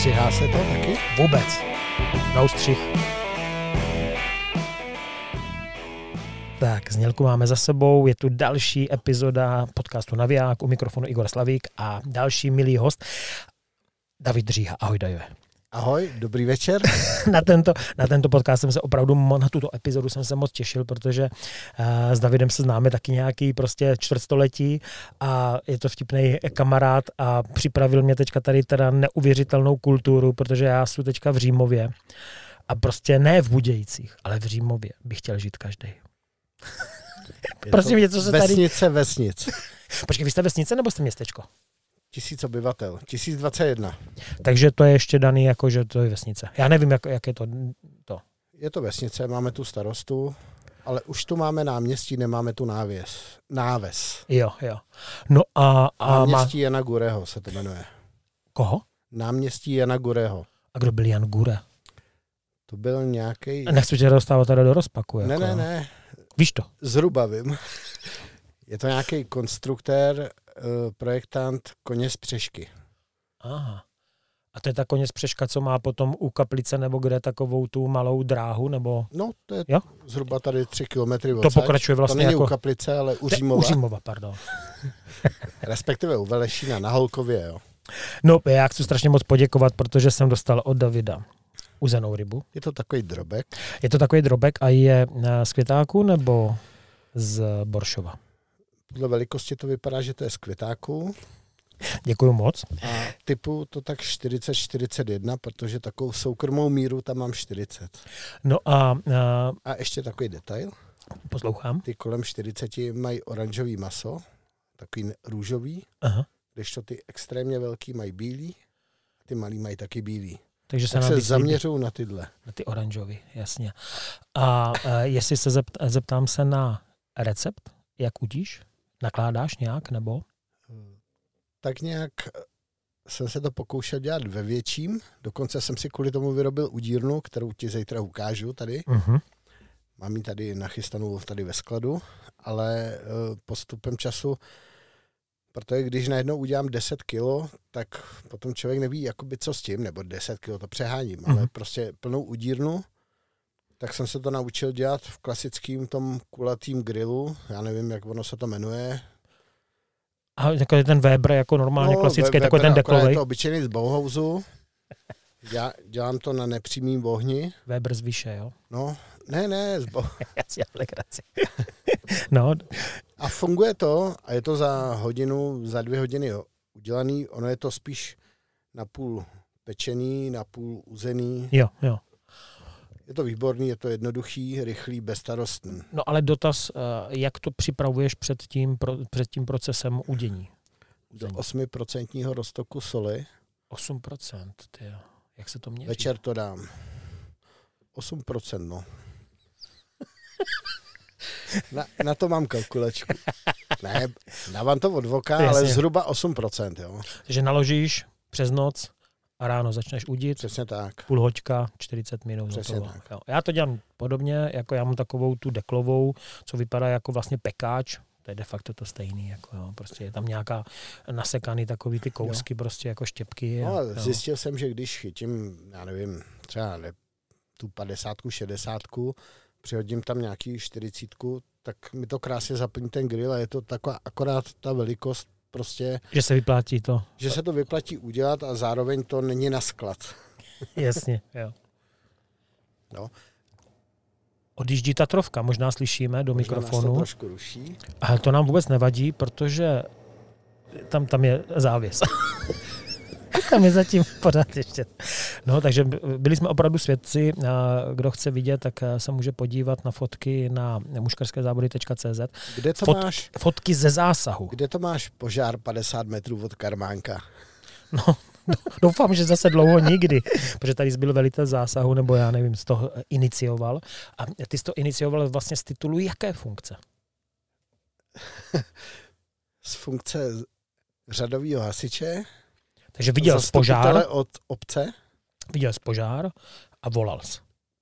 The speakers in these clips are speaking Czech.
Střihá se to taky? Vůbec. No střih. Tak, znělku máme za sebou, je tu další epizoda podcastu Naviják, u mikrofonu Igor Slavík a další milý host David Dříha. Ahoj, David. Ahoj, dobrý večer. na tento podcast jsem se opravdu, na tuto epizodu jsem se moc těšil, protože s Davidem se známe taky nějaký prostě čtvrtstoletí a je to vtipný kamarád a připravil mě teďka tady teda neuvěřitelnou kulturu, protože já jsem teďka v Římově a prostě ne v Budějcích, ale v Římově bych chtěl žít každý. Prosím, něco se tady... Vesnic. Počkej, vy jste vesnice nebo jste městečko? 1000 obyvatel, 1021. Takže to je ještě daný, jako že to je vesnice. Já nevím, jak je to. Je to vesnice, máme tu starostu, ale už tu máme náměstí, nemáme tu náves. Jo. No a náměstí Jana Gureho se to jmenuje. Koho? Náměstí Jana Gureho. A kdo byl Jan Gure? To byl nějaký. Nechci tě dostávat tady do rozpaku. Jako. Ne. Víš to? Zhruba vím. Je to nějaký konstruktér, projektant koně z Přešky. Aha. A to je ta koně z Přeška, co má potom u Kaplice nebo kde takovou tu malou dráhu, nebo... No, to je jo? Zhruba tady 3 kilometry odsaď. To pokračuje vlastně to není jako... u Kaplice, ale u Římova. U Římova, pardon. Respektive u Velešína na Holkově, jo. No, já chci strašně moc poděkovat, protože jsem dostal od Davida uzenou rybu. Je to takový drobek. Je to takový drobek a je z Květáku nebo z Boršova? Podle velikosti to vypadá, že to je z Květáku. Děkuju moc. A typu to tak 40-41, protože takovou soukromou míru tam mám 40. No a ještě takový detail. Poslouchám. Ty kolem 40 mají oranžový maso, takový růžový, kdežto ty extrémně velký mají bílý, a ty malý mají taky bílý. Takže tak se zaměřují na tyhle. Na ty oranžový, jasně. A jestli se zeptám se na recept, jak udíš? Nakládáš nějak, nebo? Tak nějak jsem se to pokoušel dělat ve větším. Dokonce jsem si kvůli tomu vyrobil udírnu, kterou ti zítra ukážu tady. Uh-huh. Mám ji tady nachystanou tady ve skladu, ale postupem času, protože když najednou udělám 10 kilo, tak potom člověk neví, jakoby co s tím, nebo 10 kilo, to přeháním, ale prostě plnou udírnu, tak jsem se to naučil dělat v klasickém tom kulatým grilu, já nevím, jak ono se to jmenuje. A takový ten Weber jako normálně klasický, takový ten deklovej. Je to obyčejný z Bauhausu. Dělám to na nepřímým ohni. Weber z výše, jo? No, ne, Já si aplikaci. No. A funguje to a je to za 2 hodiny udělaný. Ono je to spíš napůl pečený, napůl uzený. Jo. Je to výborný, je to jednoduchý, rychlý, bezstarostný. No ale dotaz, jak to připravuješ před tím procesem udění? Do 8% roztoku soli. 8%, tyjo. Jak se to měří? Večer to dám. 8%, no. Na to mám kalkulačku. Ne, dávám to od voka, ale zhruba 8%, jo. Takže naložíš přes noc a ráno začneš udit. Přesně tak. Půl hoďka, 40 minut. Přesně tak. Jo. Já to dělám podobně, jako já mám takovou tu deklovou, co vypadá jako vlastně pekáč. To je de facto to stejný. Jako, jo. Prostě je tam nějaká nasekaný takový ty kousky, prostě jako štěpky. No, zjistil jsem, že když chytím, já nevím, třeba tu 50, 60, přihodím tam nějaký 40, tak mi to krásně zaplní ten grill a je to taková akorát ta velikost prostě. Že se vyplatí to. Že se to vyplatí udělat a zároveň to není na sklad. Jasně, jo. No. Odjíždí Tatrovka, možná slyšíme do mikrofonu. Možná nás to trošku ruší. Ale to nám vůbec nevadí, protože tam je závěs. Tam je zatím pořád ještě. No, takže byli jsme opravdu svědci. Kdo chce vidět, tak se může podívat na fotky na muškarskézávody.cz. Kde to máš? Fotky ze zásahu. Kde to máš požár 50 metrů od Karmánka? No, doufám, že zase dlouho nikdy, protože tady byl velitel zásahu, nebo já nevím, z toho inicioval. A ty jsi to inicioval vlastně z titulu jaké funkce? Z funkce řadového hasiče. Takže viděl jsi požár. Od obce. Viděl jsi požár a volal jsi.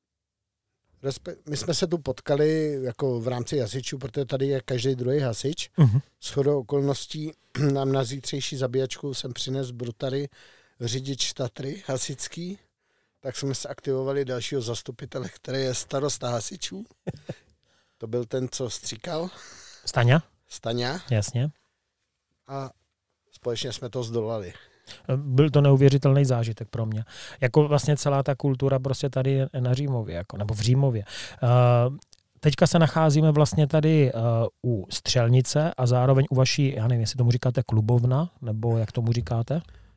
My jsme se tu potkali jako v rámci hasičů, protože tady je každý druhý hasič. Shodou okolností nám na zítřejší zabíjačku jsem přines Brutary řidič Tatry hasičský, tak jsme se aktivovali dalšího zastupitele, který je starosta hasičů. To byl ten, co stříkal. Staňa. Jasně. A společně jsme to zdolali. Byl to neuvěřitelný zážitek pro mě. Jako vlastně celá ta kultura prostě tady je na Římově, jako, nebo v Římově. Teďka se nacházíme vlastně tady u Střelnice a zároveň u vaší, já nevím, jestli tomu říkáte klubovna, nebo jak tomu říkáte?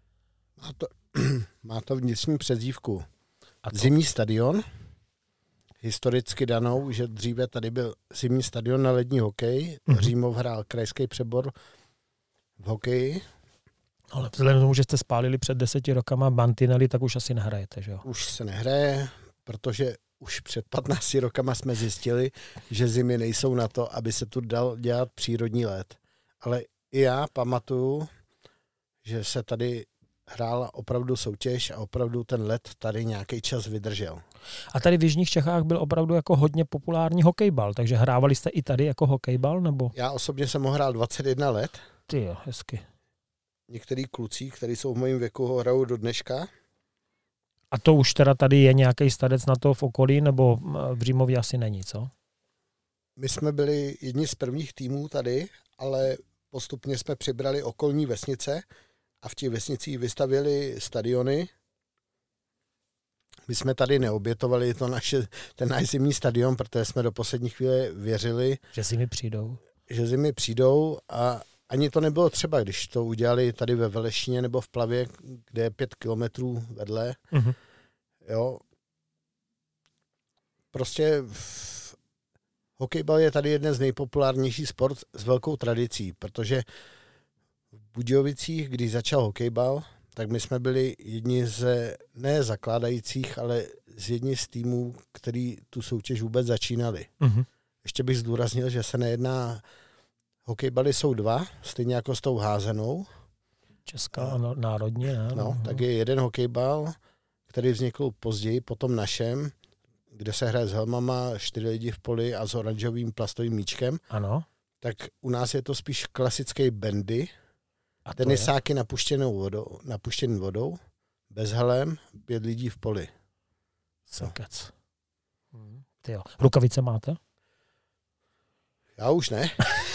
Má to vnitřní přezdívku. Zimní stadion, historicky danou, že dříve tady byl zimní stadion na lední hokej. Římov hrál krajský přebor v hokeji. Ale vzhledem k tomu, že jste spálili před 10 rokama mantinely, tak už asi nehrajete, že jo? Už se nehraje, protože už před 15 rokama jsme zjistili, že zimy nejsou na to, aby se tu dal dělat přírodní led. Ale i já pamatuju, že se tady hrála opravdu soutěž a opravdu ten led tady nějaký čas vydržel. A tady v jižních Čechách byl opravdu jako hodně populární hokejbal, takže hrávali jste i tady jako hokejbal, nebo? Já osobně jsem ho hrál 21 let. Ty jo, hezky. Některý kluci, kteří jsou v mém věku, ho hrajou do dneška. A to už teda tady je nějaký starec na to v okolí, nebo v Římově asi není, co? My jsme byli jedni z prvních týmů tady, ale postupně jsme přibrali okolní vesnice a v těch vesnicích vystavěli stadiony. My jsme tady neobětovali ten náš zimní stadion, protože jsme do poslední chvíle věřili, že zimy přijdou a ani to nebylo třeba, když to udělali tady ve Velešíně nebo v Plavě, kde je 5 kilometrů vedle. Mm-hmm. Jo. Prostě hokejbal je tady jeden z nejpopulárnějších sport s velkou tradicí, protože v Budějovicích, když začal hokejbal, tak my jsme byli jedni ze ne zakládajících, ale z jedni z týmů, který tu soutěž vůbec začínali. Mm-hmm. Ještě bych zdůraznil, že se nejedná. Hokejbaly jsou 2, stejně jako s tou házenou. Česká a národní, ne? No, tak je jeden hokejbal, který vznikl později, po tom našem, kde se hraje s helmama, 4 lidi v poli a s oranžovým plastovým míčkem. Ano. Tak u nás je to spíš klasický bandy. Tenisáky napuštěný vodou, bez helem, 5 lidí v poli. Sakec. Tyjo. Rukavice máte? Já už ne.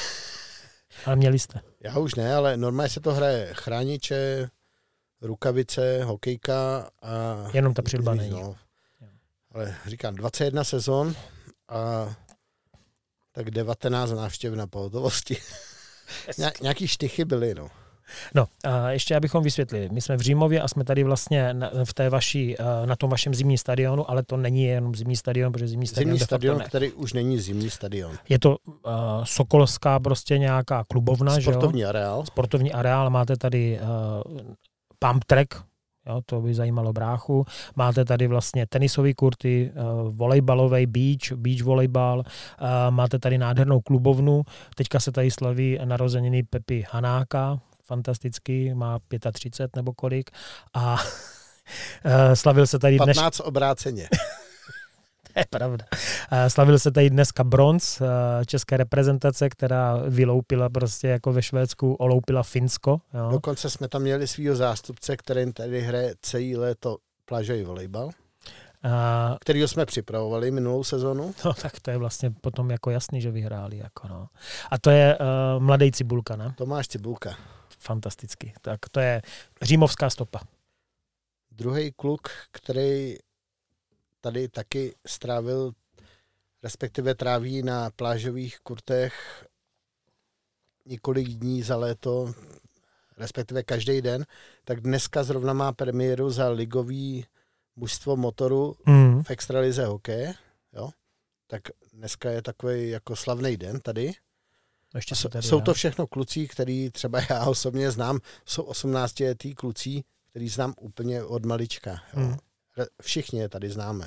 Ale měli jste. Já už ne, ale normálně se to hraje chrániče, rukavice, hokejka a... Jenom ta přilba není. No. Ale říkám, 21 sezon a tak 19 návštěv na pohotovosti. Nějaký štychy byly, no. No, a ještě abychom vysvětlili. My jsme v Římově a jsme tady vlastně na tom vašem zimním stadionu, ale to není jenom zimní stadion, protože zimní stadion, který už není zimní stadion. Je to sokolská prostě nějaká klubovna, sportovní že jo? areál. Sportovní areál, máte tady pump track, jo, to by zajímalo bráchu. Máte tady vlastně tenisové kurty, volejbalový beach volejbal, máte tady nádhernou klubovnu. Teďka se tady slaví narozeniny Pepi Hanáka, fantastický, má 35 nebo kolik. A slavil se tady 15 obráceně. To je pravda. Slavil se tady dneska bronz české reprezentace, která vyloupila prostě jako ve Švédsku, oloupila Finsko. Jo. Dokonce jsme tam měli svýho zástupce, který tady hraje celý léto plážový volejbal, kterýho jsme připravovali minulou sezonu. No tak to je vlastně potom jako jasný, že vyhráli. Jako no. A to je mladý Cibulka, ne? Tomáš Cibulka. Fantasticky. Tak to je římovská stopa. Druhý kluk, který tady taky strávil, respektive tráví na plážových kurtech několik dní za léto, respektive každý den, tak dneska zrovna má premiéru za ligový mužstvo motoru v extralize hokeje. Jo? Tak dneska je takový jako slavný den tady. Jsou to všechno kluci, který třeba já osobně znám, jsou 18letí kluci, který znám úplně od malička. Jo? Všichni je tady známe.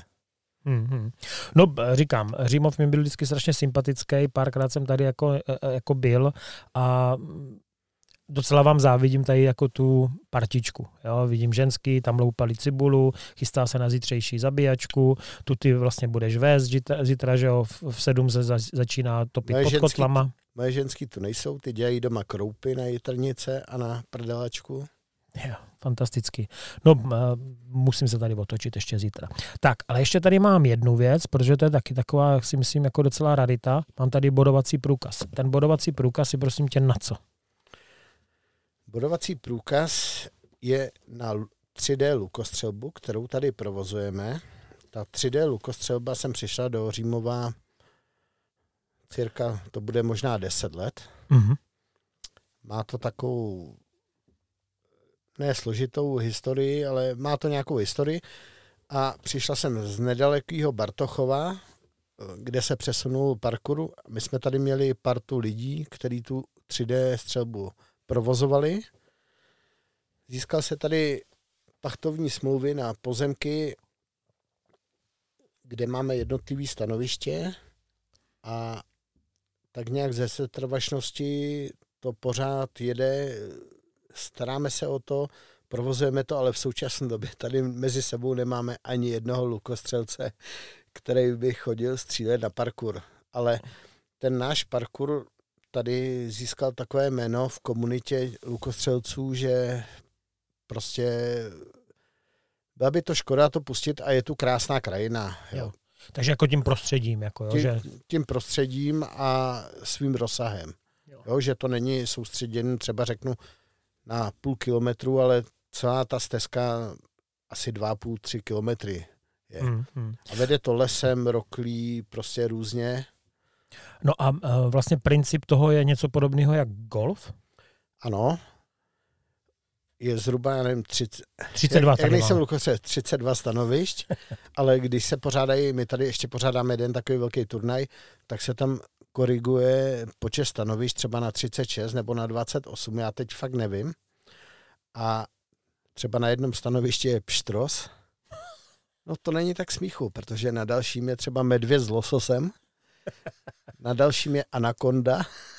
No říkám, Římov mi byl vždycky strašně sympatický, párkrát jsem tady jako byl a docela vám závidím tady jako tu partičku. Jo? Vidím ženský, tam loupali cibulu, chystá se na zítřejší zabíjačku, tu ty vlastně budeš vést zítra, že jo, v 7 se začíná topit pod kotlama. Moje ženský tu nejsou, ty dělají doma kroupy na jitrnice a na prdelačku. Jo, fantasticky. No, musím se tady otočit ještě zítra. Tak, ale ještě tady mám jednu věc, protože to je taky taková, jak si myslím, jako docela rarita. Mám tady bodovací průkaz. Ten bodovací průkaz je prosím tě na co? Bodovací průkaz je na 3D lukostřelbu, kterou tady provozujeme. Ta 3D lukostřelba jsem přišla do Římova cirka, to bude možná 10 let. Mm-hmm. Má to takovou ne složitou historii, ale má to nějakou historii. A přišla jsem z nedalekého Bartochova, kde se přesunul parkour. My jsme tady měli partu lidí, kteří tu 3D střelbu provozovali. Získal se tady pachtovní smlouvy na pozemky, kde máme jednotlivé stanoviště a tak nějak ze setrvačnosti to pořád jede, staráme se o to, provozujeme to, ale v současné době tady mezi sebou nemáme ani jednoho lukostřelce, který by chodil střílet na parkour. Ale ten náš parkour tady získal takové jméno v komunitě lukostřelců, že prostě byla by to škoda to pustit a je tu krásná krajina. Jo. Takže jako tím prostředím. Jako, jo, tím prostředím a svým rozsahem. Jo, že to není soustředěn, třeba řeknu, na půl kilometru, ale celá ta stezka asi 2,5-3 kilometry je. A vede to lesem, roklí, prostě různě. No a vlastně princip toho je něco podobného jak golf? Ano. Je zhruba, já nevím, 32 jak nejsem lukostřelec, 32 stanovišť, ale když se pořádají, my tady ještě pořádáme jeden takový velký turnaj, tak se tam koriguje počet stanovišť třeba na 36 nebo na 28, já teď fakt nevím. A třeba na jednom stanovišti je pštros. No to není tak smíchu, protože na dalším je třeba medvěd s lososem, na dalším je anakonda.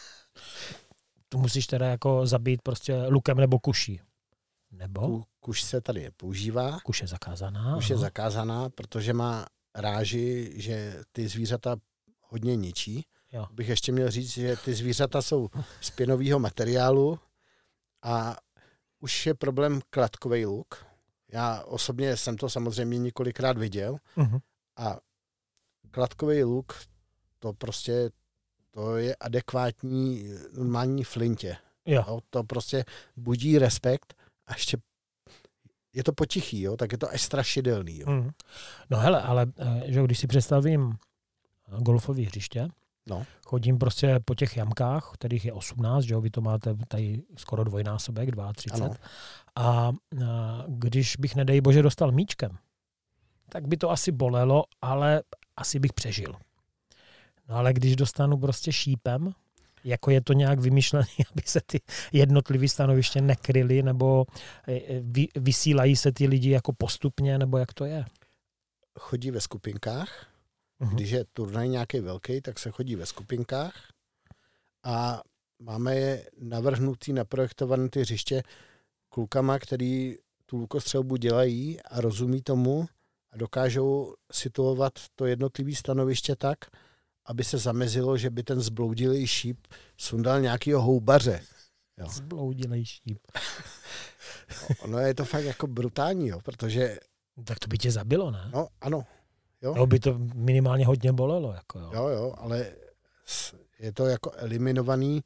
Tu musíš teda jako zabít prostě lukem nebo kuší. Nebo? Kuš se tady nepoužívá. Kuš je zakázaná. Kuš je zakázaná, protože má ráži, že ty zvířata hodně ničí. Jo. Bych ještě měl říct, že ty zvířata jsou z pěnového materiálu a už je problém kladkový luk. Já osobně jsem to samozřejmě několikrát viděl a kladkový luk, to prostě to je adekvátní normální flintě. Jo. Jo, to prostě budí respekt a ještě je to potichý, jo, tak je to až strašidelný. Jo. No hele, ale že když si představím golfové hřiště, chodím prostě po těch jamkách, kterých je 18, že jo, vy to máte tady skoro dvojnásobek, 32. Ano. A když bych, nedej bože, dostal míčkem, tak by to asi bolelo, ale asi bych přežil. No ale když dostanu prostě šípem, jako je to nějak vymyšlené, aby se ty jednotlivé stanoviště nekryly, nebo vysílají se ty lidi jako postupně, nebo jak to je? Chodí ve skupinkách. Když je turnaj nějaký velký, tak se chodí ve skupinkách a máme je navrhnutý, naprojektované ty hřiště klukama, který tu lukostřelbu dělají a rozumí tomu a dokážou situovat to jednotlivé stanoviště tak, aby se zamezilo, že by ten zbloudilý šíp sundal nějakýho houbaře. Jo. Zbloudilý šíp. Ono je to fakt jako brutální, jo, protože... Tak to by tě zabilo, ne? No, ano. Jo. No by to minimálně hodně bolelo. Jako jo, ale je to jako eliminovaný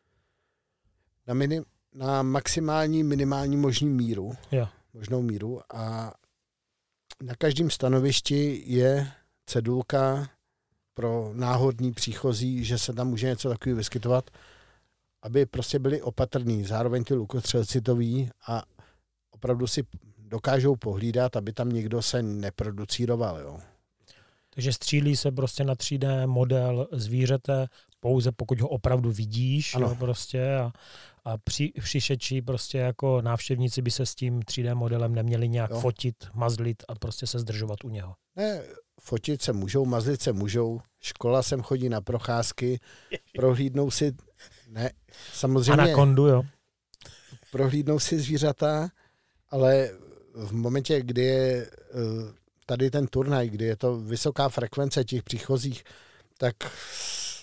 na maximální, minimální možnou míru a na každém stanovišti je cedulka pro náhodný příchozí, že se tam může něco takového vyskytovat, aby prostě byli opatrní. Zároveň ty lukostřelci to ví a opravdu si dokážou pohlídat, aby tam nikdo se neproducíroval, jo. Takže střílí se prostě na 3D model zvířete, pouze pokud ho opravdu vidíš, jo, prostě a přišedší prostě jako návštěvníci by se s tím 3D modelem neměli nějak fotit, mazlit a prostě se zdržovat u něho. Ne, fotit se můžou, mazlit se můžou, škola sem chodí na procházky, prohlídnou si, ne, samozřejmě. Anakondu, jo. Prohlídnou si zvířata, ale v momentě, kdy je tady ten turnaj, kdy je to vysoká frekvence těch příchozích, tak...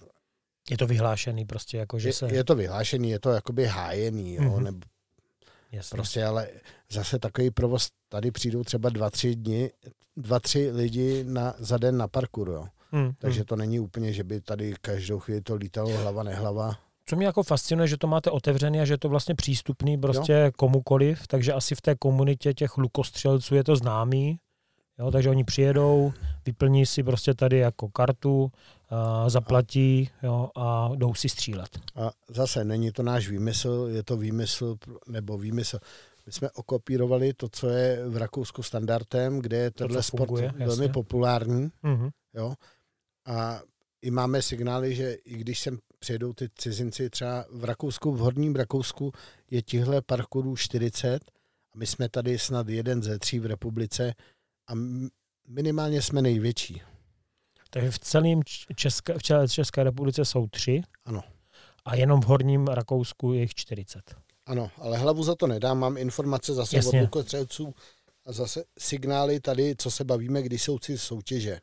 Je to vyhlášený prostě, jako že se... Je to vyhlášený, je to jakoby hájený, jo, nebo... Jasně. Prostě, ale zase takový provoz, tady přijdou třeba 2-3 lidi za den na parkour, jo. Takže to není úplně, že by tady každou chvíli to lítalo hlava, nehlava. Co mě jako fascinuje, že to máte otevřený a že je to vlastně přístupný prostě komukoliv, takže asi v té komunitě těch lukostřelců je to známý, jo, takže oni přijedou, vyplní si prostě tady jako kartu, zaplatí, jo, a jdou si střílet. A zase není to náš výmysl, je to výmysl. My jsme okopírovali to, co je v Rakousku standardem, kde je tenhle sport velmi populární. Jo. A i máme signály, že i když sem přijedou ty cizinci, třeba v Rakousku, v Horním Rakousku je tihle parkourů 40 a my jsme tady snad 1 ze 3 v republice a minimálně jsme největší. Takže v celé České republice jsou 3. Ano. A jenom v Horním Rakousku je jich 40. Ano, ale hlavu za to nedám. Mám informace zase od lukostřelců a zase signály tady, co se bavíme, když jsou soutěže.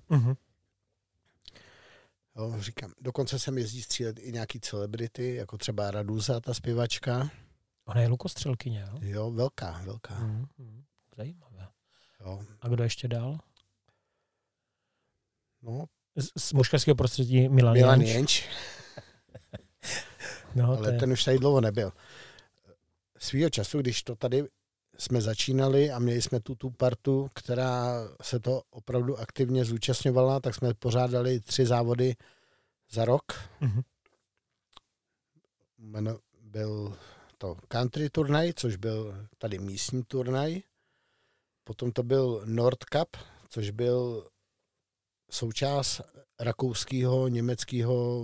Jo, říkám, dokonce sem jezdí střílet i nějaký celebrity, jako třeba Raduza, ta zpěvačka. Ona je lukostřelkyně, jo? Jo, velká. Zajímavé. Jo. A kdo ještě dál? No, z mužského prostředí Milan Jenč. No, ale ten už tady dlouho nebyl. Svýho času, když to tady jsme začínali a měli jsme tu partu, která se to opravdu aktivně zúčastňovala, tak jsme pořádali 3 závody za rok. Byl to country turnaj, což byl tady místní turnaj. Potom to byl Nord Cup, což byl součást rakouského, německého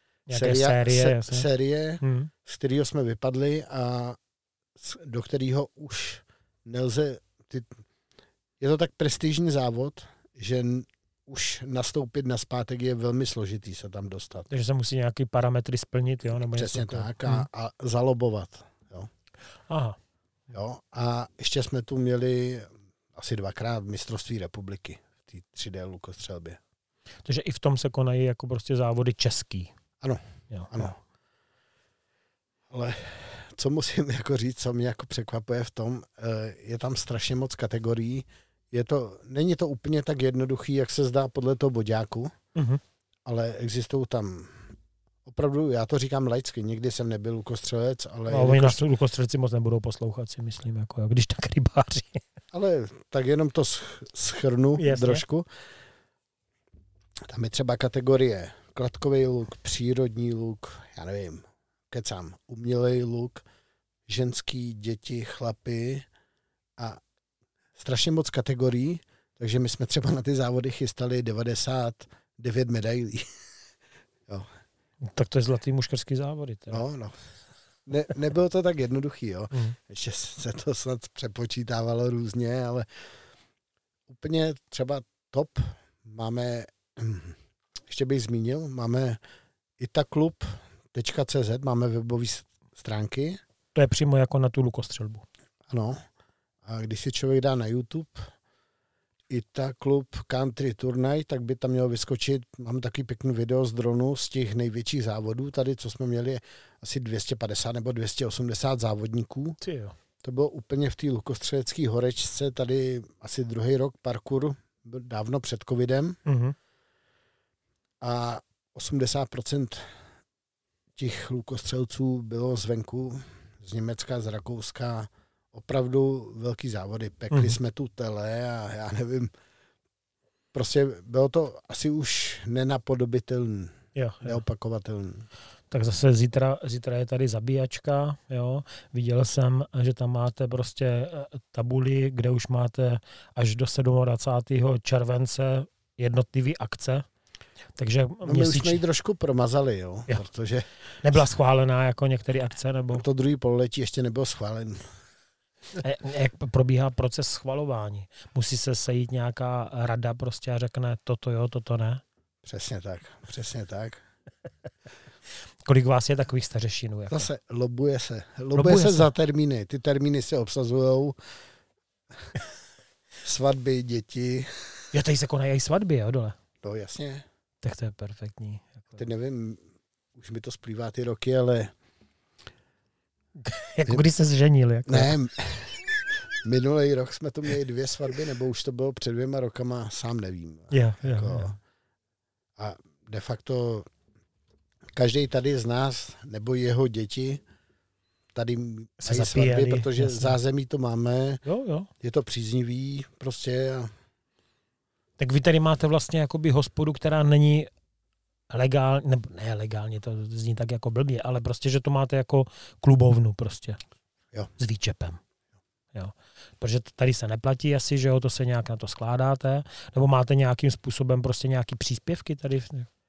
série, z kterého jsme vypadli a do kterého už nelze... Je to tak prestižní závod, že už nastoupit nazpátek je velmi složitý se tam dostat. Takže se musí nějaký parametry splnit, jo? Nebo přesně tak a zalobovat. Jo. Aha. Jo, a ještě jsme tu měli asi 2krát mistrovství republiky v té 3D lukostřelbě. Takže i v tom se konají jako prostě závody český. Ano, jo. ano. Ale co musím jako říct, co mě jako překvapuje v tom, je tam strašně moc kategorií. Není to úplně tak jednoduchý, jak se zdá podle toho boďáku, ale existují tam opravdu, já to říkám laicky, nikdy jsem nebyl lukostřelec, ale... No, oni nás lukostřelci moc nebudou poslouchat, si myslím, jako když tak rybáři. Ale tak jenom to shrnu trošku. Tam je třeba kategorie kladkový luk, přírodní luk, já nevím, kecám, umělej luk, ženský, děti, chlapy a strašně moc kategorií, takže my jsme třeba na ty závody chystali 99 medailí. Jo. Tak to je zlatý muškarský závody. Teda. No. Nebylo to tak jednoduchý, jo. Ještě se to snad přepočítávalo různě, ale úplně třeba top máme, ještě bych zmínil, máme itaklub.cz, máme webové stránky. To je přímo jako na tu lukostřelbu. Ano. A když si člověk dá na YouTube Itaklub Country Turnaj, tak by tam mělo vyskočit, mám takový pěkný video z dronu z těch největších závodů tady, co jsme měli asi 250 nebo 280 závodníků. To bylo úplně v té lukostřelecké horečce, tady asi 2. rok parkour, dávno před covidem. A 80% těch lukostřelců bylo zvenku, z Německa, z Rakouska, opravdu velký závody. Pekli jsme tu tele a já nevím, prostě bylo to asi už nenapodobitelné, neopakovatelné. Tak zase zítra je tady zabíjačka, jo. Viděl jsem, že tam máte prostě tabuli, kde už máte až do 27. července jednotlivé akce. Takže my už jsme ji trošku promazali, jo. Protože nebyla schválená jako některé akce, nebo? To druhý pololetí ještě nebylo schválené. Jak probíhá proces schvalování? Musí se sejít nějaká rada prostě a řekne toto jo, toto ne? Přesně tak. Kolik vás je takových stařešinů? Jako? Zase lobuje se za termíny. Ty termíny se obsazujou. Svatby, děti. Jo, tady se konají i svatby, jo, dole? No jasně. Tak to je perfektní. Teď nevím, už mi to splývá ty roky, ale Jako když se zženil. Jako. Ne, minulý rok jsme tu měli 2 svatby, nebo už to bylo před 2 rokama, sám nevím. Jo. A de facto každý tady z nás, nebo jeho děti, tady mají svatby, protože jasně. Zázemí to máme, jo. Je to příznivý prostě. Tak vy tady máte vlastně jakoby hospodu, která není legální, ne legálně, to zní tak jako blbě, ale prostě, že to máte jako klubovnu prostě. Jo. S výčepem. Jo. Protože tady se neplatí asi, že jo, to se nějak na to skládáte, nebo máte nějakým způsobem prostě nějaký příspěvky tady?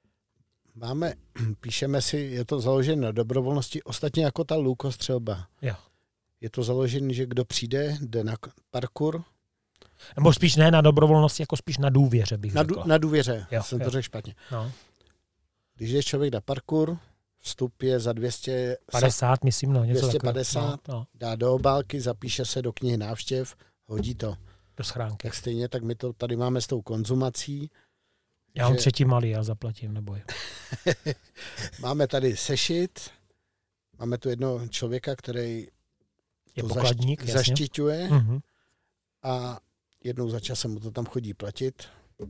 Píšeme si, je to založené na dobrovolnosti, ostatně jako ta lukostřelba. Jo. Je to založené, že kdo přijde, jde na parkour. Nebo spíš ne na dobrovolnosti, jako spíš na důvěře bych řekl. Na důvěře, jo, jsem to řekl špatně. No. Když jde člověk na parkour, vstup je za 50, myslím, no, něco 250, no. Dá do obálky, zapíše se do knihy návštěv, hodí to. Do schránky. Tak stejně, tak my to tady máme s tou konzumací. Já mám 3. malý, já zaplatím, neboj. Máme tady sešit, máme tu jednoho člověka, který je pokladník, zaštiťuje a jednou za čas se mu to tam chodí platit.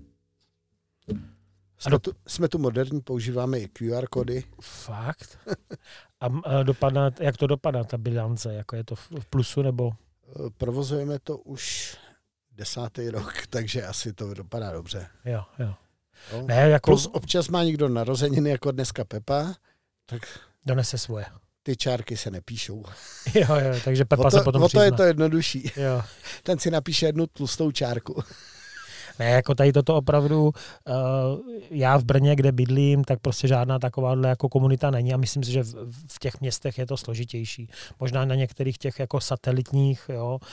Jsme tu moderní, používáme i QR kódy. Fakt? A jak to dopadá, ta bilance? Jako je to v plusu nebo? Provozujeme to už 10. rok, takže asi to dopadá dobře. Jo. No. Ne, jako... Plus občas má někdo narozeniny, jako dneska Pepa, tak donese svoje. Ty čárky se nepíšou. Jo, takže Pepa se potom přizná. To je to jednodušší. Jo. Ten si napíše jednu tlustou čárku. Ne, jako tady toto opravdu, já v Brně, kde bydlím, tak prostě žádná takováhle jako komunita není a myslím si, že v těch městech je to složitější. Možná na některých těch jako satelitních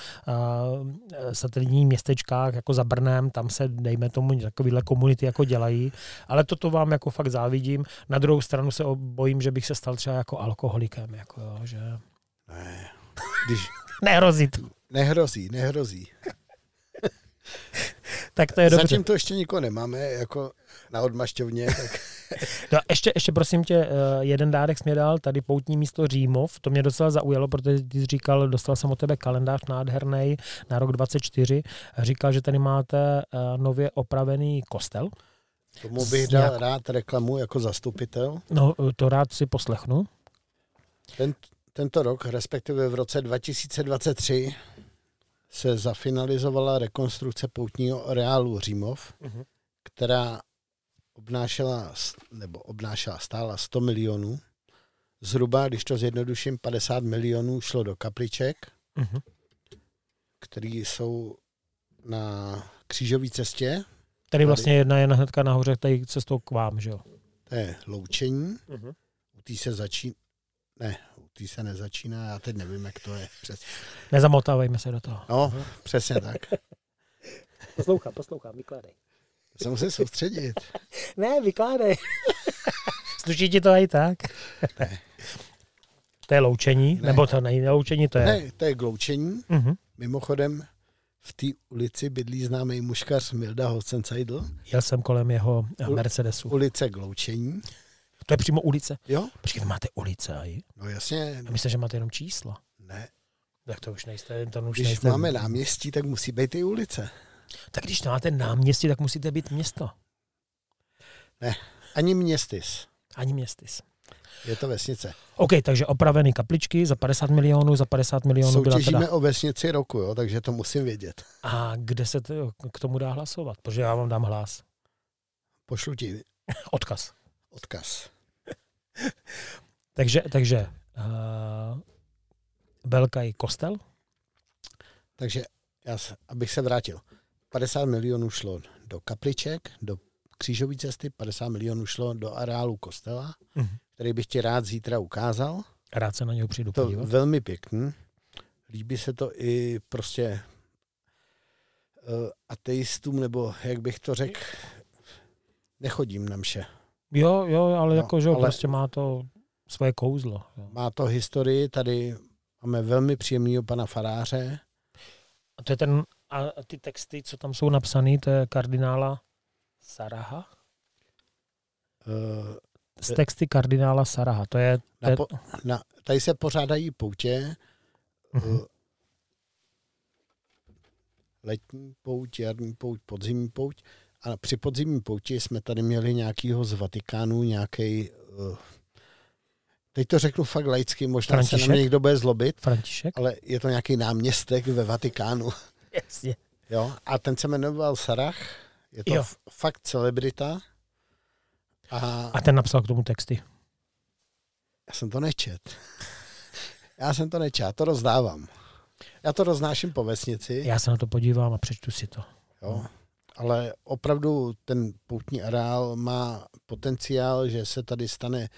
městečkách, jako za Brnem, tam se, dejme tomu, takovýhle komunity jako dělají, ale toto vám jako fakt závidím. Na druhou stranu se bojím, že bych se stal třeba jako alkoholikem, jako jo, že... Ne. Nehrozí to. Nehrozí. Tak to je dobře. Zatím to ještě nikoho nemáme, jako na odmašťovně. Tak... No, ještě prosím tě, jeden dárek jsi mě dal, tady poutní místo Římov, to mě docela zaujalo, protože ty jsi říkal, dostal jsem od tebe kalendář nádherný na rok 24, říkal, že tady máte nově opravený kostel. Tomu bych dal rád reklamu jako zastupitel. No, to rád si poslechnu. Tento rok, respektive v roce 2023, se zafinalizovala rekonstrukce poutního areálu Římov, která stála 100 milionů. Zhruba, když to zjednoduším, 50 milionů šlo do kapliček, které jsou na křížové cestě. Tady vlastně jedna je hnedka nahoře, tady cestou k vám, že jo? To je loučení. U té se začíná. Ne, ty se nezačíná, já teď nevím, jak to je. Nezamotávejme se do toho. No, přesně tak. Poslouchám, vykládej. Se musím soustředit. Ne, vykládej. Sluší ti to i tak? Ne. To je loučení? Ne. Nebo to není loučení, to je... Ne, to je k loučení. Mimochodem, v té ulici bydlí známý muškař Milda Hocenseidl. Jel jsem kolem jeho Mercedesu. Ulice k loučení. To je přímo ulice? Jo. Počkej, vy máte ulice aj? No jasně. Já myslím, že máte jenom čísla. Ne. Tak to už nejste. Když máme náměstí, tak musí být i ulice. Tak když máte náměstí, tak musíte být město. Ne, ani městys. Je to vesnice. OK, takže opravený kapličky za 50 milionů, Soutěžíme byla o vesnici roku, jo, takže to musím vědět. A kde se k tomu dá hlasovat? Protože já vám dám hlas. Pošlu ti. Odkaz. takže Belkaj kostel? Takže abych se vrátil. 50 milionů šlo do kapliček, do křížové cesty, 50 milionů šlo do areálu kostela, který bych ti rád zítra ukázal. Rád se na něho přijdu to podívat. Velmi pěkný. Líbí se to i prostě ateistům, nebo jak bych to řekl, nechodím na mše. Jo, ale jakože prostě má to svoje kouzlo. Jo. Má to historii, tady máme velmi příjemného pana faráře. A to je a ty texty, co tam jsou napsané, to je kardinála Saraha? Z texty kardinála Saraha. To je... Tady se pořádají poutě letní pouť, jarní pouť, podzimní pouť. A při podzimní pouti jsme tady měli nějakýho z Vatikánu, nějaký. Teď to řeknu fakt laicky, možná František? Se na mě někdo bude zlobit, František? Ale je to nějaký náměstek ve Vatikánu. Jasně. Jo, a ten se jmenoval Sarah, je to fakt celebrita. A ten napsal k tomu texty. Já jsem to nečet, já to rozdávám. Já to roznáším po vesnici. Já se na to podívám a přečtu si to. Jo, ale opravdu ten poutní areál má potenciál, že se tady stane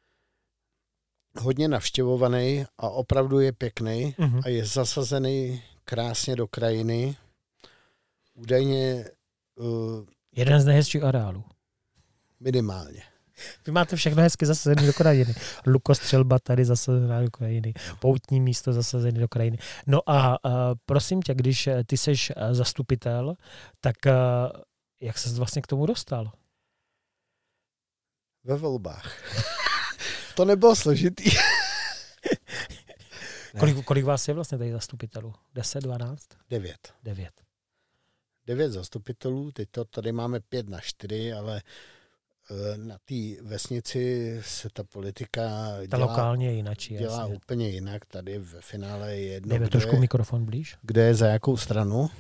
hodně navštěvovaný a opravdu je pěkný a je zasazený krásně do krajiny. Údajně jeden z nejhezčích areálů. Minimálně. Vy máte všechno hezky zasazené do krajiny. Lukostřelba tady zasazená do krajiny. Poutní místo zasazené do krajiny. No a prosím tě, když ty seš zastupitel, tak jak ses vlastně k tomu dostal? Ve volbách. To nebylo složitý. Kolik vás je vlastně tady zastupitelů? 10, 12? 9. 9 zastupitelů, teď to tady máme 5-4, ale na té vesnici se ta politika lokálně jinak, dělá úplně jinak. Tady ve finále je jedno, dejme trošku mikrofon blíž. Kde je za jakou stranu.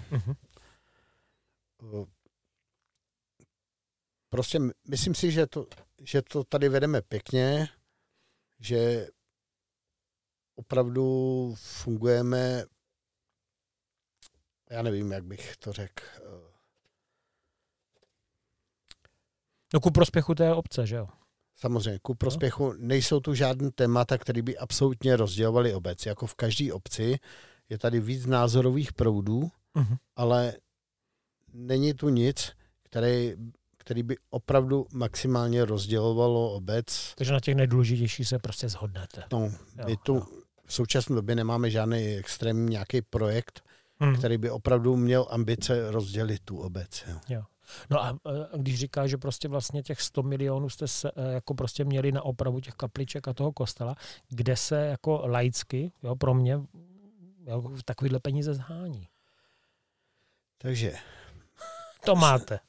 Prostě myslím si, že to tady vedeme pěkně, že opravdu fungujeme, já nevím, jak bych to řekl. No ku prospěchu té obce, že jo? Samozřejmě, ku prospěchu nejsou tu žádné témata, které by absolutně rozdělovaly obec. Jako v každé obci je tady víc názorových proudů, ale není tu nic, který by opravdu maximálně rozdělovalo obec. Takže na těch nejdůležitějších se prostě shodnete. No, my tu v současné době nemáme žádný extrémní nějaký projekt, který by opravdu měl ambice rozdělit tu obec. Jo. No a když říká, že prostě vlastně těch 100 milionů jste se jako prostě měli na opravu těch kapliček a toho kostela, kde se jako laicky, jo, pro mě jo, takovýhle peníze zhání. Takže to máte.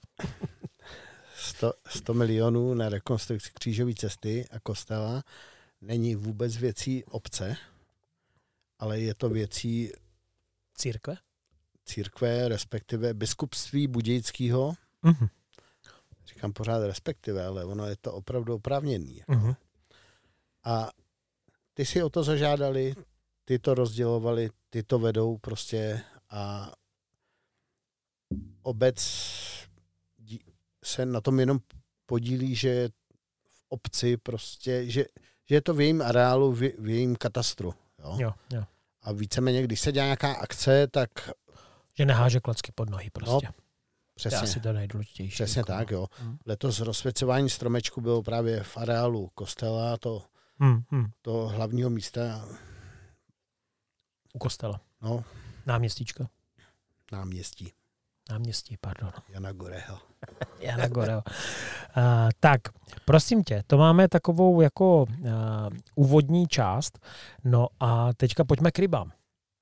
100 milionů na rekonstrukci křížové cesty a kostela není vůbec věcí obce, ale je to věcí církve, respektive biskupství Budějického. Říkám pořád respektive, ale ono je to opravdu oprávněný. A ty si o to zažádali, ty to rozdělovali, ty to vedou prostě a obec se na tom jenom podílí, že v obci prostě, že je to v jejím areálu, v jejím katastru. Jo. A víceméně, když se dělá nějaká akce, tak... Že neháže klacky pod nohy prostě. No, přesně. To je asi to nejdůležitější. Přesně tak, jo. Letos rozsvěcování stromečku bylo právě v areálu kostela, to hlavního místa. U kostela. No. Náměstíčko. Náměstí, pardon. Jana Goreho. Tak, prosím tě, to máme takovou jako úvodní část. No a teďka pojďme k rybám.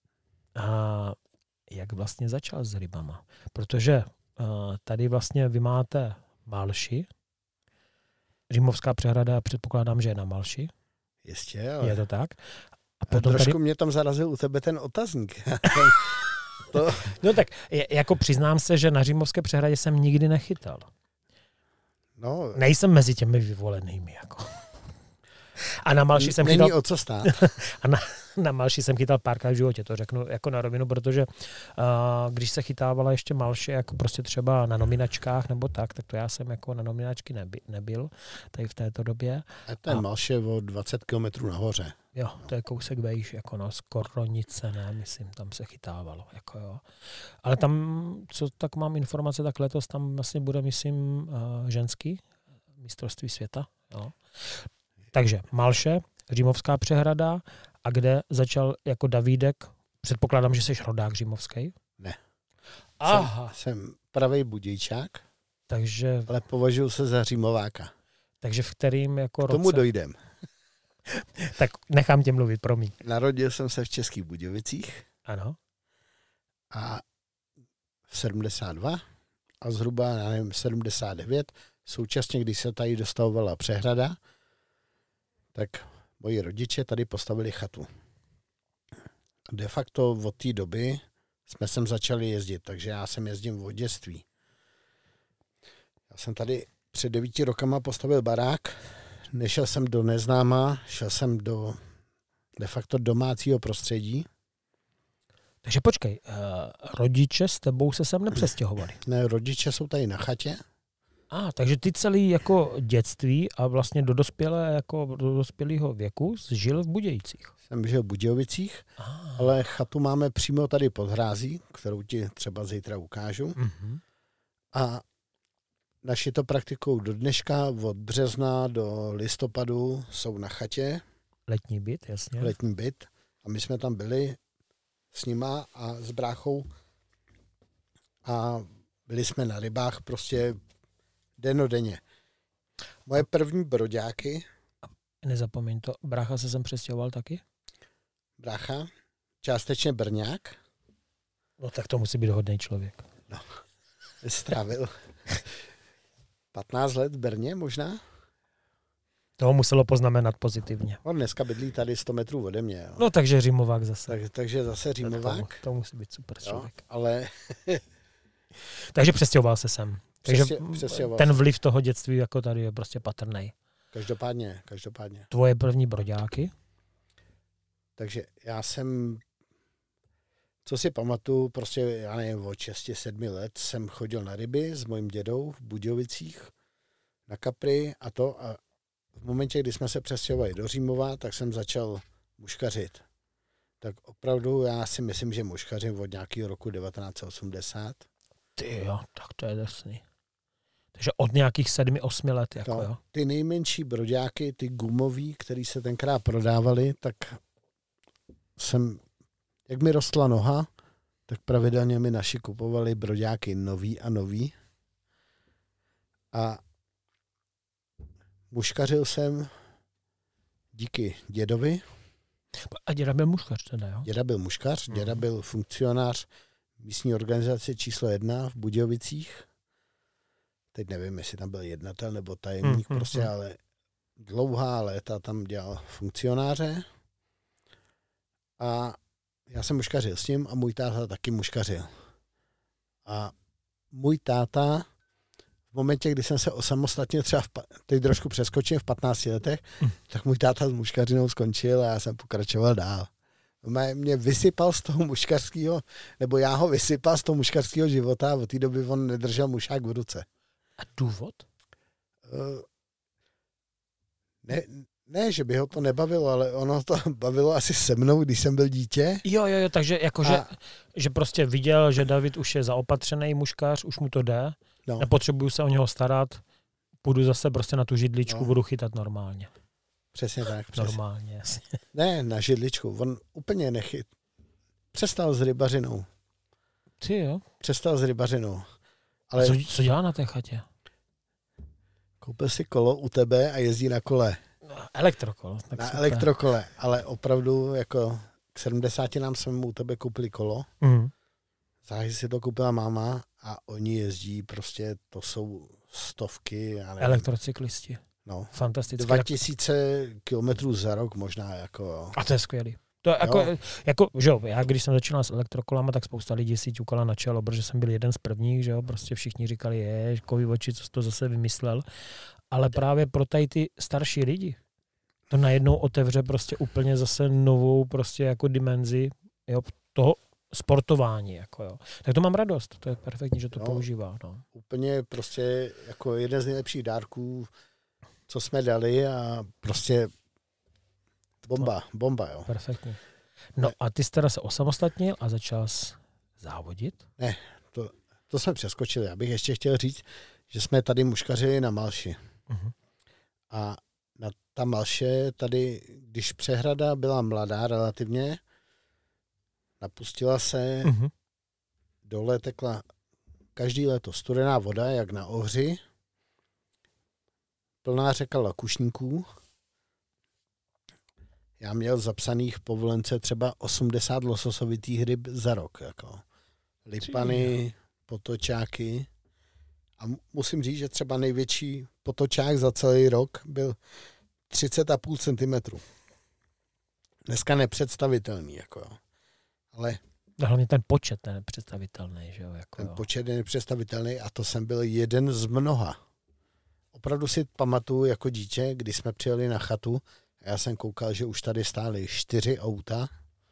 Jak vlastně začal s rybama? Protože tady vlastně vy máte Malši. Římovská přehrada, předpokládám, že je na Malši. Jistě, ale... Je to tak? A potom trošku tady... mě tam zarazil u tebe ten otazník. No tak, jako přiznám se, že na Římovské přehradě jsem nikdy nechytal. No, nejsem mezi těmi vyvolenými. Jako. A na Malši jsem chytal... Není o co stát. A na Malši jsem chytal párkrát v životě, to řeknu jako na rovinu, protože když se chytávala ještě Malše, jako prostě třeba na nominačkách nebo tak to já jsem jako na nominačky nebyl tady v této době. A to je Malše o 20 kilometrů nahoře. Jo, to je kousek vejš, jako no, skoro nic ne, myslím, tam se chytávalo. Jako jo. Ale tam, co tak mám informace, tak letos tam vlastně bude, myslím, ženský mistrovství světa. Jo. Takže Malše, Římovská přehrada a kde začal jako Davídek, předpokládám, že jsi rodák římovský? Ne. Aha. Jsem pravej Budějčák, takže... ale považuji se za Římováka. Takže v kterým jako roce... K tomu dojdem. Tak nechám tě mluvit, promiň. Narodil jsem se v Českých Budějovicích. Ano. A v 72 a zhruba, já nevím, 79, současně, když se tady dostavovala přehrada, tak moji rodiče tady postavili chatu. De facto od té doby jsme sem začali jezdit, takže já jsem jezdím od dětství. Já jsem tady před 9 rokama postavil barák, nešel jsem do neznáma, šel jsem do de facto domácího prostředí. Takže počkej, rodiče s tebou se sem nepřestěhovali? Ne, rodiče jsou tady na chatě. Takže ty celý jako dětství a vlastně do dospělého věku žil v Budějcích. Jsem žil v Budějovicích, ale chatu máme přímo tady pod hrází, kterou ti třeba zítra ukážu. Mm-hmm. A naši to praktikou do dneška, od března do listopadu jsou na chatě. Letní byt, jasně. Letní byt. A my jsme tam byli s nima a s bráchou a byli jsme na rybách prostě dennodenně. Moje první broďáky. Nezapomeň to, brácha se sem přestěhoval taky? Brácha, částečně Brňák. No tak to musí být hodný člověk. No, strávil 15 let v Brně možná. Toho muselo poznamenat pozitivně. On dneska bydlí tady 100 metrů ode mě. Jo. No takže Římovák zase. Takže zase Římovák. To musí být super člověk. Jo, ale... Takže přestěhoval se sem. Takže přestěhoval ten vliv toho dětství jako tady je prostě patrnej. Každopádně. Tvoje první broďáky? Takže já jsem, co si pamatuju, prostě já nevím, od 6-7 let jsem chodil na ryby s mojím dědou v Budějovicích na kapry a to. A v momentě, kdy jsme se přestěhovali do Římova, tak jsem začal muškařit. Tak opravdu já si myslím, že muškařím od nějakého roku 1980. Ty jo, tak to je drsný. Takže od nějakých 7-8 let. Jako, to, jo. Ty nejmenší broďáky, ty gumový, který se tenkrát prodávali, tak jak mi rostla noha, tak pravidelně mi naši kupovali broďáky nový a nový. A muškařil jsem díky dědovi. A děda byl muškař teda, jo? Děda byl muškař, děda byl funkcionář místní organizace číslo 1 v Budějovicích. Teď nevím, jestli tam byl jednatel nebo tajemník, ale dlouhá léta tam dělal funkcionáře. A já jsem muškařil s ním a můj táta taky muškařil. A můj táta v momentě, kdy jsem se osamostatnil, třeba teď trošku přeskočím v 15 letech, tak můj táta s muškařinou skončil a já jsem pokračoval dál. Mě vysypal z toho muškařského, nebo já ho vysypal z toho muškařského života a od té doby on nedržel mušák v ruce. A důvod? Ne, že by ho to nebavilo, ale ono to bavilo asi se mnou, když jsem byl dítě. Jo, takže jakože, že prostě viděl, že David už je zaopatřený muškař, už mu to jde, nepotřebuju se o něho starat, půjdu zase prostě na tu židličku, budu chytat normálně. Přesně tak. Normálně, jasně. Ne, na židličku, on úplně nechyt. Přestal s rybařinou. Ty jo? Přestal s rybařinou. Ale co dělá na té chatě? Koupil si kolo u tebe a jezdí na kole. Elektrokolo. Tak na super. Elektrokole, ale opravdu jako k 70 nám jsme u tebe koupili kolo. Záhy si to koupila máma a oni jezdí prostě, to jsou stovky. Elektrocyklisti. No. Fantasticky. 2000 kilometrů za rok možná. Jako. A to je skvělý. To jako, že jo, já když jsem začínal s elektrokolama, tak spousta lidí si ťukala na čelo, protože jsem byl jeden z prvních, že jo, prostě všichni říkali, kovy oči, co jsi to zase vymyslel. Ale právě pro tady ty starší lidi to najednou otevře prostě úplně zase novou prostě jako dimenzi, jo, toho sportování, jako jo. Tak to mám radost, to je perfektní, že to používá. No. Úplně prostě jako jeden z nejlepších dárků, co jsme dali a prostě bomba, jo. Perfektní. No a ty jsi teda se osamostatnil a začal závodit? Ne, to jsme přeskočili. Já bych ještě chtěl říct, že jsme tady muškařili na Malši. A na ta Malše tady, když přehrada byla mladá relativně, napustila se, dole tekla každý léto studená voda, jak na Ohři, plná řeka lakušníků já měl zapsaných povolence třeba 80 lososovitých ryb za rok. Jako. Lipany, potočáky. A musím říct, že třeba největší potočák za celý rok byl 30,5 cm. Dneska nepředstavitelný. Jako. Ale hlavně ten počet je nepředstavitelný. Že jo? Jako, ten počet je nepředstavitelný a to jsem byl jeden z mnoha. Opravdu si pamatuju jako dítě, když jsme přijeli na chatu a já jsem koukal, že už tady stály 4 auta.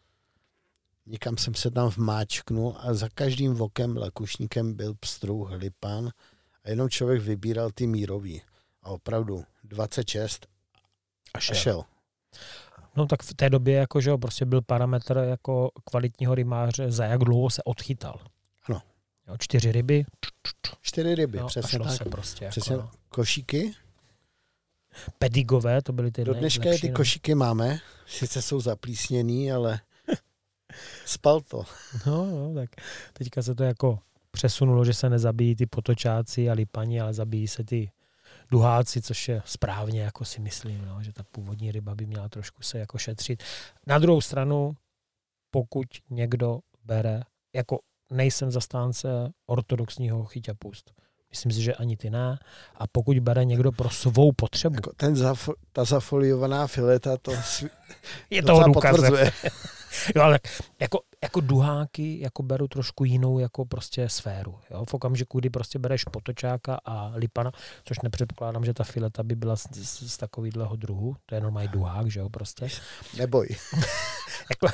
Někam jsem se tam vmáčknul a za každým vokem lakušníkem byl pstruh, lipan a jenom člověk vybíral ty mírový. A opravdu 26 a šel. No tak v té době jako, že prostě byl parametr jako kvalitního rybáře, za jak dlouho se odchytal. Ano. 4 ryby. 4 ryby, jo, přesně tak. Se prostě přesně jako, košíky. Pedigové, to byly ty do dneška ty košíky máme, sice jsou zaplísněný, ale spal to. No, tak teďka se to jako přesunulo, že se nezabíjí ty potočáci a lipani, ale zabíjí se ty duháci, což je správně, jako si myslím, no, že ta původní ryba by měla trošku se jako šetřit. Na druhou stranu, pokud někdo bere, jako nejsem zastánce ortodoxního chyť a pust. Myslím si, že ani ty ne. A pokud bere někdo pro svou potřebu. Jako ta zafoliovaná fileta, to je toho důkazem. Jo, ale jako duháky jako beru trošku jinou jako prostě sféru. Jo? V okamžiku, kdy prostě bereš potočáka a lipana, což nepředpokládám, že ta fileta by byla z takovýhleho druhu. To je normální duhák, že jo, prostě. Neboj. jako,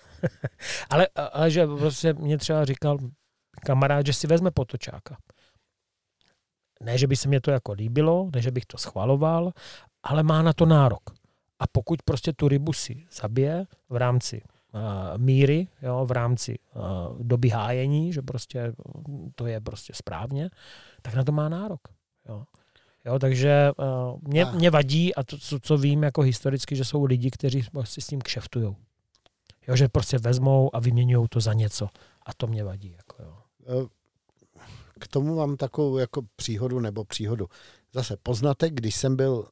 ale že prostě mě třeba říkal kamarád, že si vezme potočáka. Ne, že by se mě to jako líbilo, ne, že bych to schvaloval, ale má na to nárok. A pokud prostě tu rybu si zabije v rámci míry, jo, v rámci doby hájení, že prostě to je prostě správně, tak na to má nárok. Jo, takže mě vadí, a to, co vím jako historicky, že jsou lidi, kteří prostě s tím kšeftujou. Jo, že prostě vezmou a vyměňují to za něco. A to mě vadí. Jako, jo. K tomu mám takovou jako příhodu. Zase poznatek, když jsem byl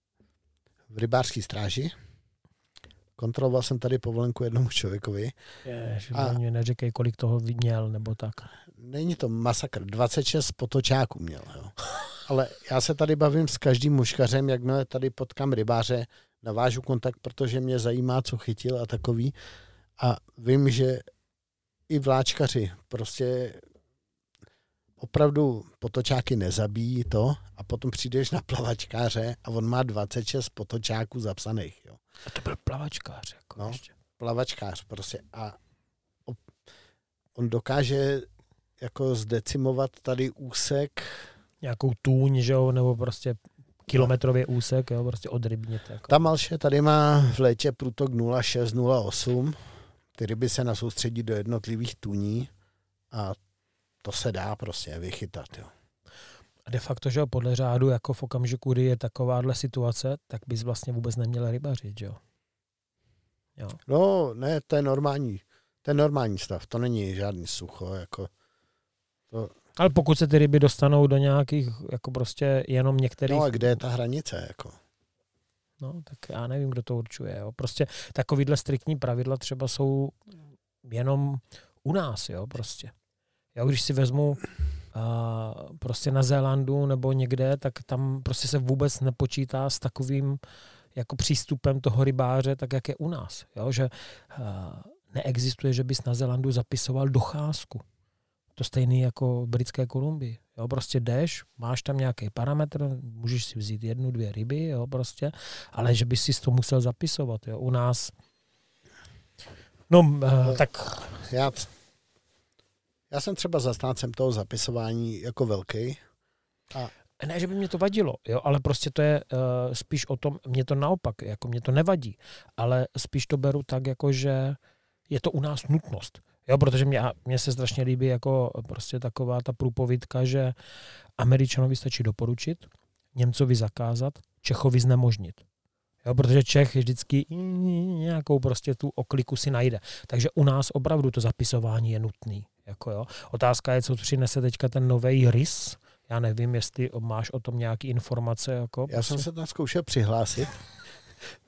v rybářské stráži, kontroloval jsem tady povolenku jednomu člověkovi. Mě neříkej, kolik toho měl, nebo tak. Není to masakr. 26 potočáků měl. Jo. Ale já se tady bavím s každým muškařem, jakmile tady potkám rybáře, navážu kontakt, protože mě zajímá, co chytil a takový. A vím, že i vláčkaři prostě opravdu potočáky nezabíjí to a potom přijdeš na plavačkáře a on má 26 potočáků zapsaných. Jo. A to byl plavačkář. Jako no, plavačkář prostě. A on dokáže jako zdecimovat tady úsek. Nějakou tůň, že jo, nebo prostě kilometrový úsek, jo, prostě odrybněte. Jako. Ta malše tady má v létě průtok 0,6, 0,8. Ty ryby se nasoustředí do jednotlivých tůní a to se dá prostě vychytat. Jo. A de facto, že jo, podle řádu, jako v okamžiku, kdy je takováhle situace, tak bys vlastně vůbec neměl rybařit, že jo? Jo. No, ne, to je normální. To je normální stav, to není žádný sucho, jako to. Ale pokud se ty ryby dostanou do nějakých, jako prostě jenom některých. No a kde je ta hranice, jako? No, tak já nevím, kdo to určuje, jo. Prostě takovýhle striktní pravidla třeba jsou jenom u nás, jo, prostě. Jo, když si vezmu prostě na Zélandu nebo někde, tak tam prostě se vůbec nepočítá s takovým jako přístupem toho rybáře, tak jak je u nás. Jo, že neexistuje, že bys na Zélandu zapisoval docházku. To stejný jako v Britské Kolumbii. Jo, prostě jdeš, máš tam nějaký parametr, můžeš si vzít 1, 2 ryby, jo, prostě, ale že bys si to musel zapisovat. Jo. U nás tak. Já jsem třeba zastáncem toho zapisování jako velký. Ne, že by mě to vadilo, jo, ale prostě to je spíš o tom, mě to naopak, jako mě to nevadí, ale spíš to beru tak, jako že je to u nás nutnost. Jo, protože mě se strašně líbí jako prostě taková ta průpovídka, že Američanovi stačí doporučit, Němcovi zakázat, Čechovi znemožnit. Jo, protože Čech vždycky nějakou prostě tu okliku si najde. Takže u nás opravdu to zapisování je nutný. Jako jo. Otázka je, co přinese teďka ten novej RIS. Já nevím, jestli máš o tom nějaké informace. Jako já jsem se tam zkoušel přihlásit.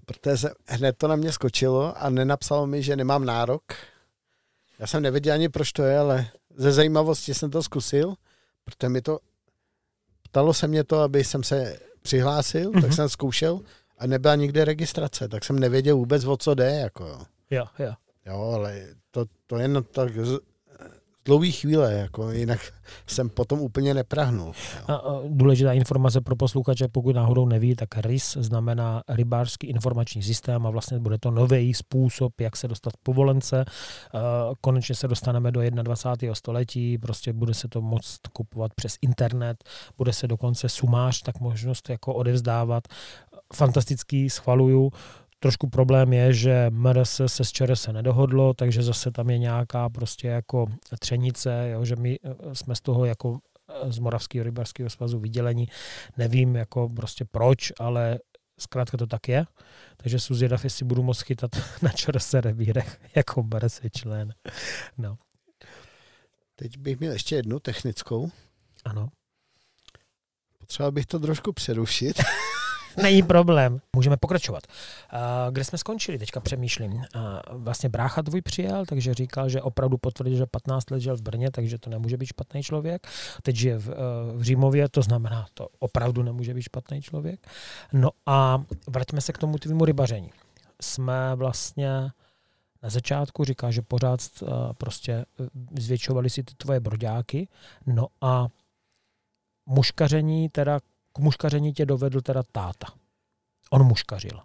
protože hned to na mě skočilo a nenapsalo mi, že nemám nárok. Já jsem nevěděl ani, proč to je, ale ze zajímavosti jsem to zkusil, protože ptalo se mě to, aby jsem se přihlásil, tak jsem zkoušel a nebyla nikde registrace, tak jsem nevěděl vůbec, o co jde. Jako. Jo, ale to jen tak dlouhý chvíle, jako, jinak jsem potom úplně neprahnul. A důležitá informace pro posluchače, pokud náhodou neví, tak RIS znamená rybářský informační systém a vlastně bude to nový způsob, jak se dostat k povolence. Konečně se dostaneme do 21. století, prostě bude se to moct kupovat přes internet, bude se dokonce sumář, tak možnost jako odevzdávat. Fantastický, schvaluju. Trošku problém je, že MRS se s ČR se nedohodlo, takže zase tam je nějaká prostě jako třenice, jo, že my jsme z toho jako z Moravského rybářského svazu vydělení. Nevím jako prostě proč, ale zkrátka to tak je. Takže jsou zvědav, jestli budu moct chytat na ČR revírech jako MRS člen. No. Teď bych měl ještě jednu technickou. Ano. Potřeboval bych to trošku přerušit. Není problém. Můžeme pokračovat. Kde jsme skončili? Teďka přemýšlím. Vlastně brácha tvůj přijel, takže říkal, že opravdu potvrdil, že 15 let žil v Brně, takže to nemůže být špatný člověk. Teď žije v Římově, to znamená, to opravdu nemůže být špatný člověk. No a vraťme se k tomu tvému rybaření. Jsme vlastně na začátku, říká, že pořád prostě zvětšovali si ty tvoje broďáky. No a muškaření teda k muškaření tě dovedl teda táta. On muškařil.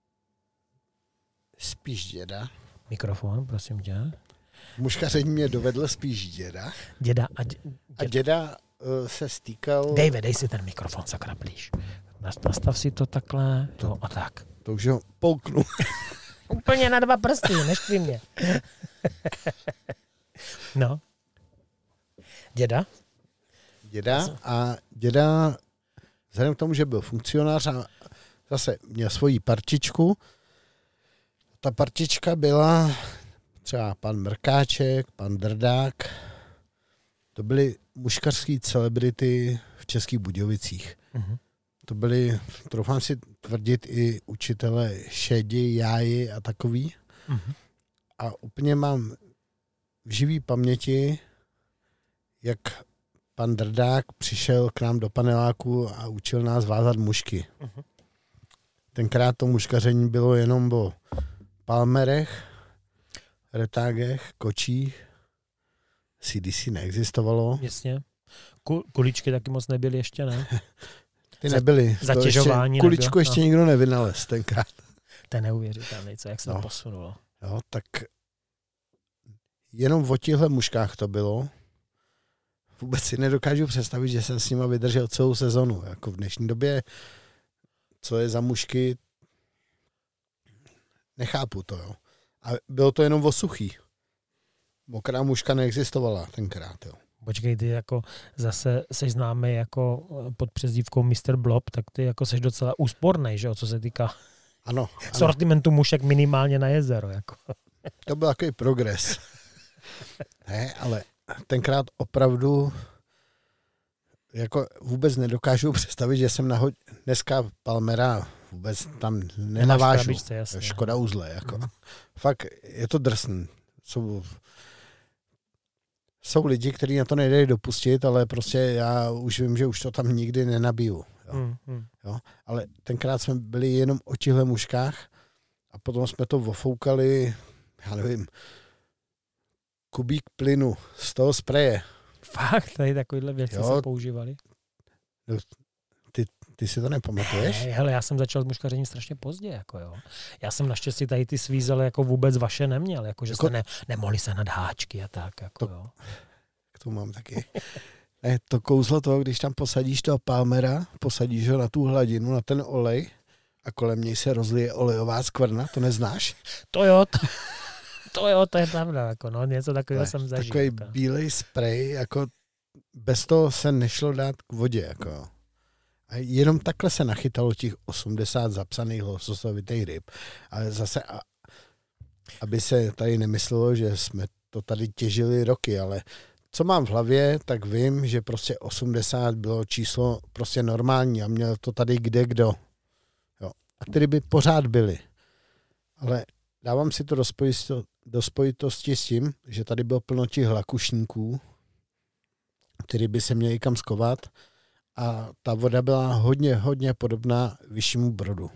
Spíš děda. Mikrofon, prosím tě. Muškaření mě dovedl spíš děda. A děda se stýkal... Dej si ten mikrofon, sakra, blíž. Nastav si to takhle, to a tak. To už ho polknu. Úplně na 2 prsty, neštví mě. No. Děda A děda vzhledem k tomu, že byl funkcionář a zase měl svoji partičku, ta partička byla třeba pan Mrkáček, pan Drdák, to byly muškařský celebrity v Českých Budějovicích. Mm-hmm. To byli, troufám si tvrdit, i učitele Šedi, Jáji a takový. Mm-hmm. A úplně mám v živý paměti, jak pan Drdák přišel k nám do paneláku a učil nás vázat mušky. Uh-huh. Tenkrát to muškaření bylo jenom o palmerech, retágech, kočích. CDC neexistovalo. Jasně. Kuličky taky moc nebyly ještě, ne? Ty nebyly. Zatěžování kuličku ještě nikdo nevynalez tenkrát. To je neuvěřitelné, co, jak se to posunulo. Jo, tak jenom o těchto muškách to bylo. Vůbec si nedokážu představit, že jsem s nima vydržel celou sezonu. Jako v dnešní době, co je za mušky, nechápu to. Jo. A bylo to jenom o suchý. Mokrá muška neexistovala tenkrát. Jo. Počkej, ty jako zase seš známý jako pod přezdívkou Mr. Blob, tak ty jako seš docela úspornej, že jo, co se týká sortimentu mušek minimálně na jezero. Jako. To byl takový progres. Ne, ale tenkrát opravdu jako vůbec nedokážu představit, že jsem dneska Palmera vůbec tam nenavážu. Škoda uzle. Jako. Fakt je to drsný. Jsou lidi, kteří na to nejde dopustit, ale prostě já už vím, že už to tam nikdy nenabiju. Jo. Jo? Ale tenkrát jsme byli jenom o těchto muškách a potom jsme to ofoukali, já nevím, kubík plynu z toho spreje. Fakt? Tady takovýhle věci se používaly? No, ty si to nepamatuješ? Hele, já jsem začal s muškařením strašně pozdě. Jako jo. Já jsem naštěstí tady ty svízele jako vůbec vaše neměl. Jako, že jste nemohli se nad háčky a tak. Jako, jo. K tomu mám taky. Ne, to kouzlo toho, když tam posadíš toho Palmera, posadíš ho na tu hladinu, na ten olej a kolem něj se rozlije olejová skvrna, to neznáš? To je pravda. Jako, no, něco takového jsem zažil. Takový bílej sprej, jako bez toho se nešlo dát k vodě. Jako. A jenom takhle se nachytalo těch 80 zapsaných lososovitých ryb. Ale zase, aby se tady nemyslelo, že jsme to tady těžili roky, ale co mám v hlavě, tak vím, že prostě 80 bylo číslo prostě normální a měl to tady kdo. Jo. A ty ryby pořád byly. Ale dávám si to do spojitosti s tím, že tady bylo plno těch hlakušníků, který by se měli kam skovat a ta voda byla hodně podobná Vyššímu Brodu.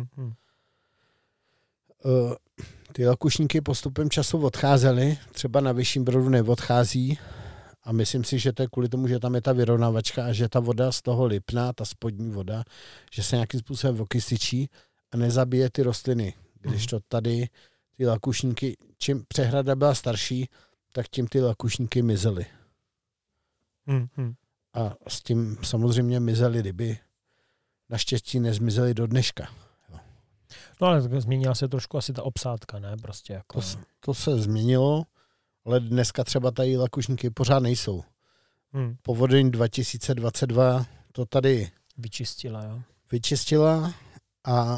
Ty lakušníky postupem času odcházely, třeba na Vyšším Brodu neodchází a myslím si, že to je kvůli tomu, že tam je ta vyrovnávačka a že ta voda z toho lipná, ta spodní voda, že se nějakým způsobem okystičí a nezabije ty rostliny. Když to tady ty lakušníky, čím přehrada byla starší, tak tím ty lakušníky mizely. A s tím samozřejmě mizely ryby. Naštěstí nezmizely do dneška. Jo. No ale změnila se trošku asi ta obsádka, ne? Prostě jako... To se změnilo, ale dneska třeba tady lakušníky pořád nejsou. Povodeň 2022 to tady vyčistila a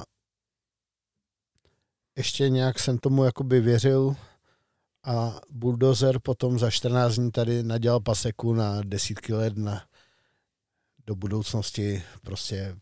ještě nějak jsem tomu jakoby věřil a buldozer potom za 14 dní tady nadělal paseku na desítky let do budoucnosti. Prostě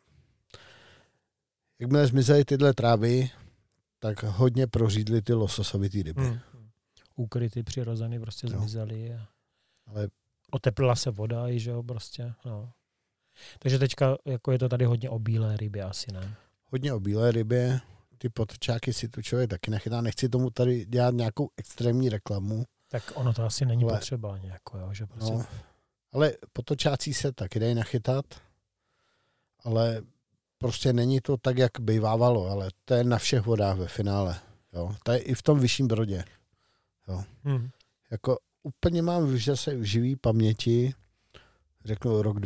jakmile zmizely tyhle trávy, tak hodně prořídly ty lososovitý ryby. Úkryty přirozený prostě zmizely. Ale oteplila se voda i, že jo, prostě. No. Takže teďka jako je to tady hodně o bílé rybě asi, ne? Hodně o bílé rybě. Ty potočáky si tu člověk taky nechytá. Nechci tomu tady dělat nějakou extrémní reklamu. Tak ono to asi není potřeba nějako, jo, že prostě... No, ale potočáci se taky dají nachytat, ale prostě není to tak, jak bývávalo, ale to je na všech vodách ve finále. Jo. To je i v tom Vyšším Brodě. Jo. Jako úplně mám že se v živý paměti, řeknu rok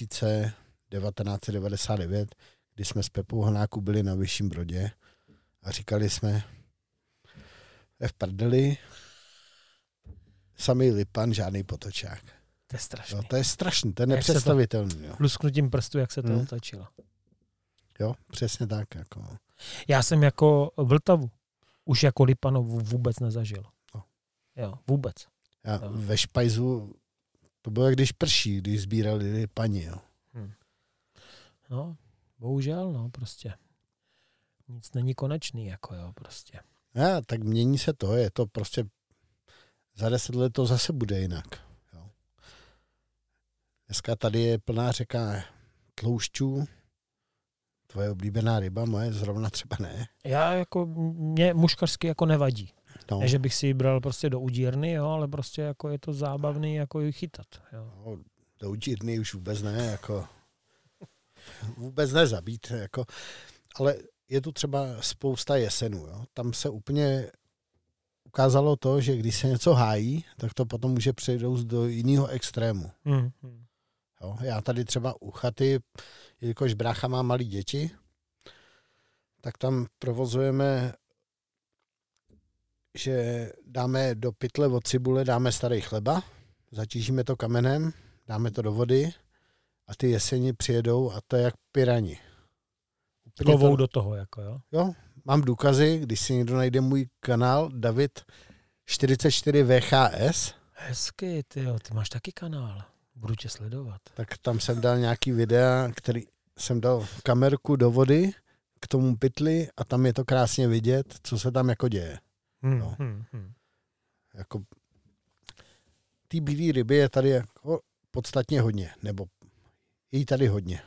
1999, kdy jsme s Pepou Hanáku byli na Vyšším Brodě a říkali jsme v prdeli samý lipan, žádný potočák. To je strašný. Jo, to je strašný, to je nepředstavitelný. Lusknutím prstu, jak se to otočilo. Jo, přesně tak. Jako. Já jsem jako Vltavu už jako lipanovu vůbec nezažil. No. Jo, vůbec. Ve Špajzu to bylo, jak když prší, když sbírali lipani. Jo. No, bohužel, no, prostě. Nic není konečný, jako jo, prostě. Tak mění se to, je to prostě za 10 let to zase bude jinak. Jo. Dneska tady je plná řeka tloušťů. Tvoje oblíbená ryba, moje zrovna třeba ne. Já jako, mě muškařsky jako nevadí. No. Ne, že bych si ji bral prostě do udírny, jo, ale prostě jako je to zábavný jako ji chytat. Jo. No, do udírny už vůbec ne, jako vůbec nezabít, jako, ale je tu třeba spousta jesenů, jo. Tam se úplně ukázalo to, že když se něco hájí, tak to potom může přejít do jiného extrému. Jo, já tady třeba u chaty, jelikož brácha má malý děti, tak tam provozujeme, že dáme do pytle od cibule, dáme starý chleba, zatížíme to kamenem, dáme to do vody a ty jeseni přijedou a to je jak pirani. Klovou do toho, jako jo? Jo, mám důkazy, když si někdo najde můj kanál David 44 VHS. Hezky, ty máš taky kanál. Budu tě sledovat. Tak tam jsem dal nějaký videa, který jsem dal kamerku do vody k tomu pytli a tam je to krásně vidět, co se tam jako děje. No. Jako ty bílé ryby je tady jako podstatně hodně, nebo je tady hodně.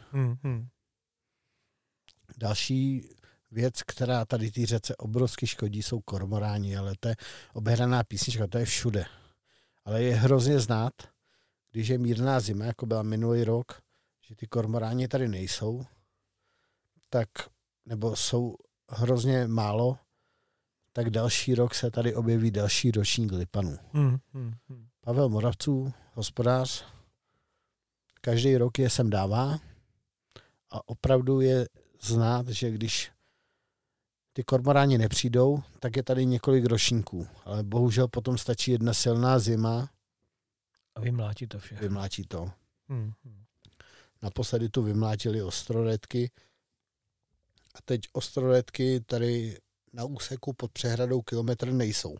Další věc, která tady té řece obrovsky škodí, jsou kormoráni, ale to je obehraná písnička, to je všude. Ale je hrozně znát, když je mírná zima, jako byla minulý rok, že ty kormoráni tady nejsou, tak, nebo jsou hrozně málo, tak další rok se tady objeví další ročník lipanů. Pavel Moravců, hospodář, každý rok je sem dává a opravdu je znát, že když ty kormoráni nepřijdou, tak je tady několik ročníků. Ale bohužel potom stačí jedna silná zima a vymlátí to všechno. Vymlátí to. Naposledy tu vymlátili ostroredky a teď ostroredky tady na úseku pod přehradou kilometr nejsou.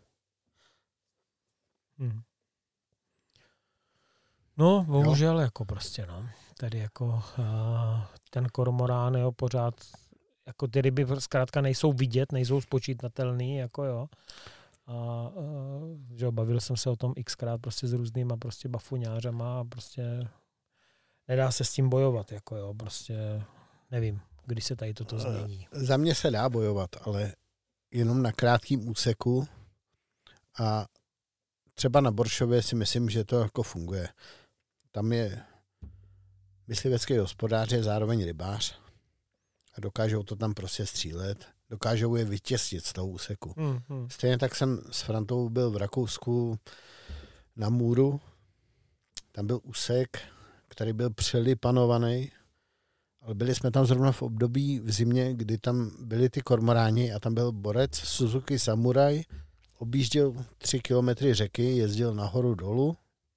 No, bohužel jako prostě, no. Tady jako ten kormorán, jo, pořád jako ty ryby zkrátka nejsou vidět, nejsou spočítatelný, jako jo. A že bavil jsem se o tom xkrát prostě s různýma prostě bafuňářama a prostě nedá se s tím bojovat, jako jo, prostě nevím, kdy se tady toto změní. Za mě se dá bojovat, ale jenom na krátkém úseku a třeba na Boršově si myslím, že to jako funguje. Tam je myslivecký hospodář, je zároveň rybář a dokážou to tam prostě střílet, dokážou je vytěsnit z toho úseku. Stejně tak jsem s Frantou byl v Rakousku na Můru, tam byl úsek, který byl přelipanovaný, ale byli jsme tam zrovna v období v zimě, kdy tam byli ty kormoráni a tam byl borec Suzuki Samurai, objížděl 3 kilometry řeky, jezdil nahoru dolů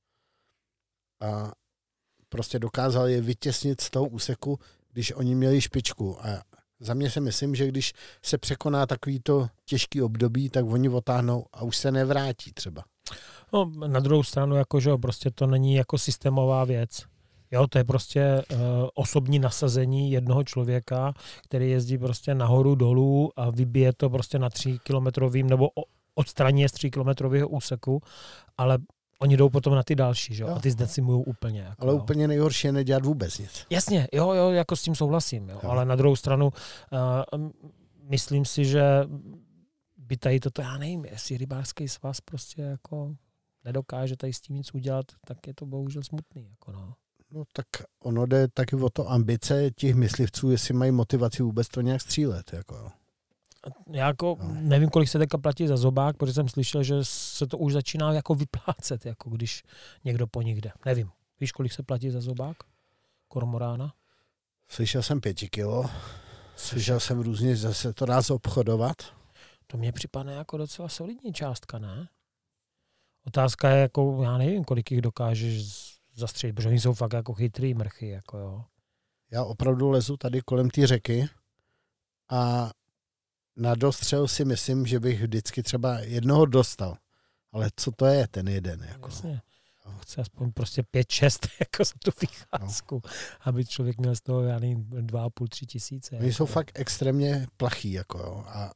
a prostě dokázal je vytěsnit z toho úseku, když oni měli špičku. A za mě si myslím, že když se překoná takovýto těžký období, tak oni otáhnou a už se nevrátí třeba. No, na druhou stranu, jakože prostě to není jako systémová věc. Jo, to je prostě osobní nasazení jednoho člověka, který jezdí prostě nahoru dolů a vybije to prostě na 3kilometrovým nebo odstraní je z 3kilometrového úseku, ale oni jdou potom na ty další, že? A ty zdecimujou úplně. Jako, ale úplně nejhorší je nedělat vůbec nic. Jasně, jo, jako s tím souhlasím, jo. Ale na druhou stranu myslím si, že by tady toto, já nevím, jestli rybářský svaz prostě jako nedokáže tady s tím nic udělat, tak je to bohužel smutný, jako no. No tak ono jde taky o to ambice těch myslivců, jestli mají motivaci vůbec to nějak střílet. Jako. Já jako nevím, kolik se teďka platí za zobák, protože jsem slyšel, že se to už začíná jako vyplácet, jako když někdo po nich jde. Nevím. Víš, kolik se platí za zobák? Kormorána? Slyšel jsem 5 kilo. Slyšel jsem různě, že se to dá obchodovat. To mně připadne jako docela solidní částka, ne? Otázka je, jako, já nevím, kolik jich dokážeš zastřelit, protože oni jsou fakt jako chytrý mrchy. Jako jo. Já opravdu lezu tady kolem té řeky a na dostřel si myslím, že bych vždycky třeba jednoho dostal. Ale co to je ten jeden? Jako? Jasně. Chce aspoň prostě 5-6 jako za tu vycházku, aby člověk měl z toho, já nevím, 2,5-3 tisíce. Oni jsou fakt extrémně plachý. Jako, jo. A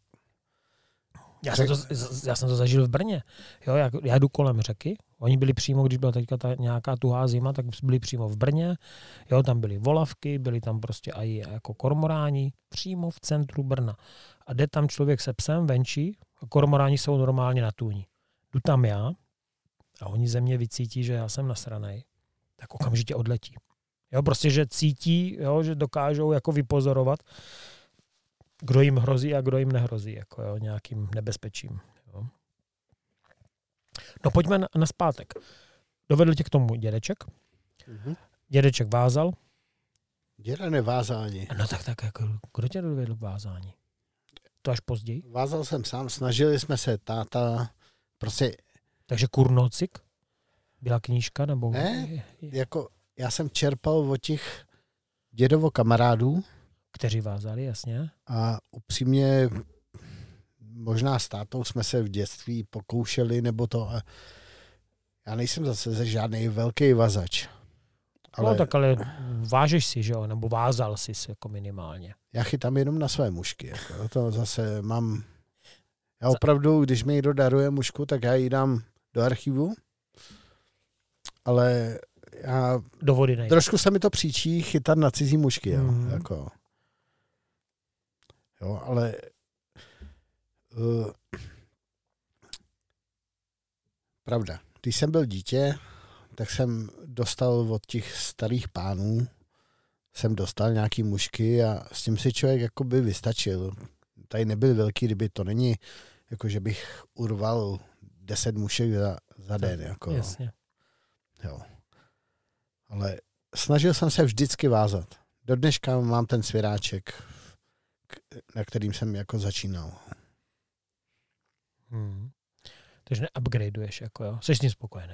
já jsem to zažil v Brně. Jo, já jdu kolem řeky, oni byli přímo, když byla teďka nějaká tuhá zima, tak byli přímo v Brně, jo, tam byly volavky, byli tam prostě i jako kormoráni, přímo v centru Brna. A jde tam člověk se psem venčí, a kormoráni jsou normálně na tůni. Jdu tam já a oni ze mě vycítí, že já jsem nasranej, tak okamžitě odletí. Jo, prostě, že cítí, jo, že dokážou jako vypozorovat, kdo jim hrozí a kdo jim nehrozí, jako jo, nějakým nebezpečím. Jo. No pojďme na zpátek. Dovedl tě k tomu dědeček. Dědeček vázal. Děda nevázání. No tak jako, kdo tě dovedl k vázání? To až později? Vázal jsem sám, snažili jsme se, táta, prostě... Takže Kurnocik? Byla knížka, nebo... Ne, jako já jsem čerpal od těch dědovo kamarádů. Kteří vázali, jasně. A upřímně, možná s tátou jsme se v dětství pokoušeli, nebo to... Já nejsem zase žádný velký vazač. Ale... No tak ale vážeš si, že jo? Nebo vázal jsi jako minimálně. Já chytám jenom na své mušky. Jako. To zase mám... Já opravdu, když mi někdo daruje mušku, tak já ji dám do archivu. Ale já... Do vody nejde. Trošku se mi to příčí chytat na cizí mušky. Jo. Jako... Jo, ale... Pravda. Když jsem byl dítě, tak jsem dostal od těch starých pánů, jsem dostal nějaký mušky a s tím si člověk jakoby vystačil. Tady nebyly velký ryby, to není jako, že bych urval 10 mušek za den. Jako, jasně. Jo. Ale snažil jsem se vždycky vázat. Do dneška mám ten svěráček, na kterým jsem jako začínal. Takže neupgradeuješ, jako jo? Jsi s tím spokojený?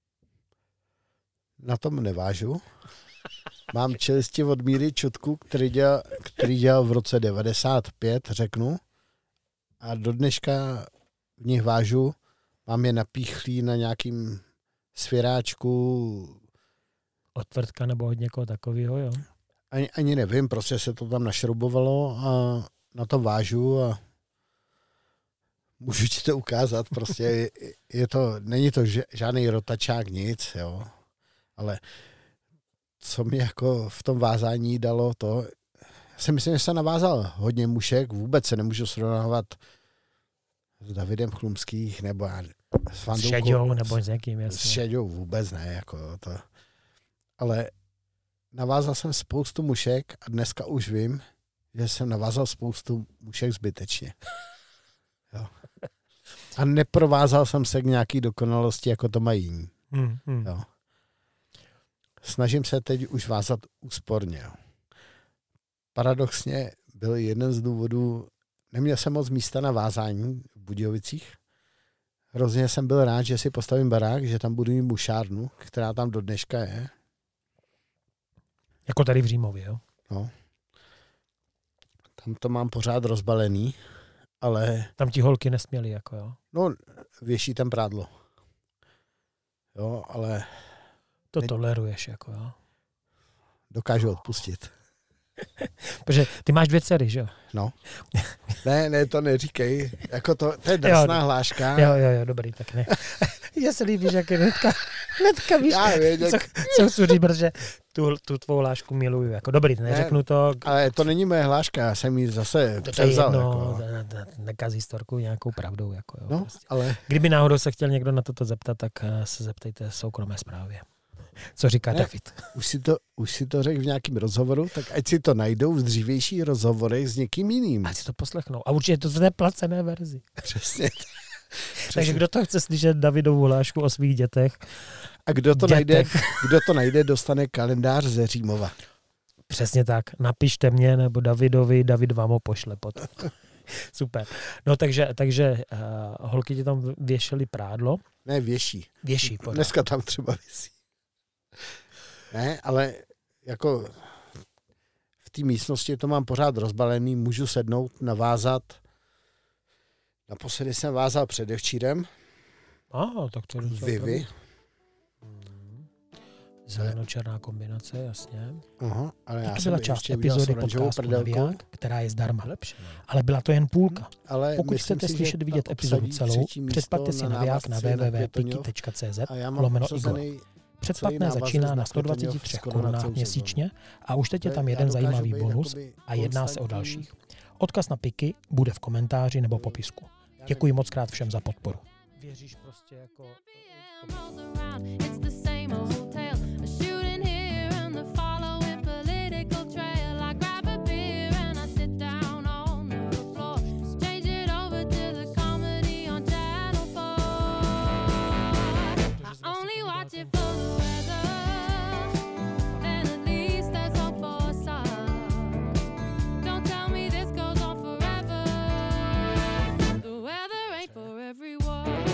Na tom nevážu. Mám čelisti od Míry Čutku, který dělal v roce 95, řeknu. A do dneška v nich vážu. Mám je napíchlý na nějakým svěráčku. Od Tvrdka nebo od někoho takového, jo? Ani nevím, prostě se to tam našroubovalo a na to vážu a můžu ti to ukázat, prostě není to žádný rotačák, nic, jo, ale co mi jako v tom vázání dalo to, já si myslím, že jsem navázal hodně mušek, vůbec se nemůžu srovnávat s Davidem Chlumských nebo s Vandou. S Šeďou nebo s někým, jasně. S Šeďou vůbec ne, jako to. Ale navázal jsem spoustu mušek a dneska už vím, že jsem navázal spoustu mušek zbytečně. Jo. A neprovázal jsem se k nějaký dokonalosti, jako to mají jiní. Jo. Snažím se teď už vázat úsporně. Jo. Paradoxně byl jeden z důvodů, neměl jsem moc místa na vázání v Budějovicích. Hrozně jsem byl rád, že si postavím barák, že tam budu mít mušárnu, která tam do dneška je. Jako tady v Římově, jo? No. Tam to mám pořád rozbalený, ale... Tam ti holky nesměly, jako jo? No, věší tam prádlo. Jo, ale... To toleruješ, jako jo? Dokážu odpustit. Protože ty máš 2 dcery, že jo? No. Ne, to neříkej. Jako to je drsná hláška. Jo, dobrý, tak ne. Já se líbíš, jak je hnedka víš, co chci říct, protože tu tvou hlášku miluju. Jako dobrý, neřeknu to. Ale to není moje hláška, já jsem ji zase převzal. Nekazí storku nějakou pravdou. Jako, jo, no, prostě. ale... Kdyby náhodou se chtěl někdo na toto zeptat, tak se zeptejte soukromé zprávě. Co říká David? Už si to řekl v nějakém rozhovoru, tak ať si to najdou v dřívějších rozhovorech s někým jiným. Ať si to poslechnou. A určitě to v té placené verzi. Přesně. Takže kdo to chce slyšet Davidovu hlášku o svých dětech? A kdo to najde, dostane kalendář ze Římova. Přesně tak. Napište mě nebo Davidovi, David vám ho pošle potom. Super. No takže holky ti tam věšely prádlo? Ne, věší. Věší, pořád. Dneska tam třeba visí. Ne, ale jako v té místnosti to mám pořád rozbalený, můžu sednout, navázat. Naposledy jsem vázal předevčírem. Tak to je Vivy. Zeleno-černá kombinace, jasně. Ale já taky jsem byla část epizody podcastu Naviják, která je zdarma. Ale byla to jen půlka. Ale pokud chcete slyšet vidět epizodu celou, předplaťte si Naviják na www.piki.cz/igor. Předplatné začíná na 123 korunách měsíčně a už teď je tam jeden zajímavý bonus a jedná se o dalších. Odkaz na Piki bude v komentáři nebo popisku. Děkuji moc krát všem za podporu. Věříš prostě jako...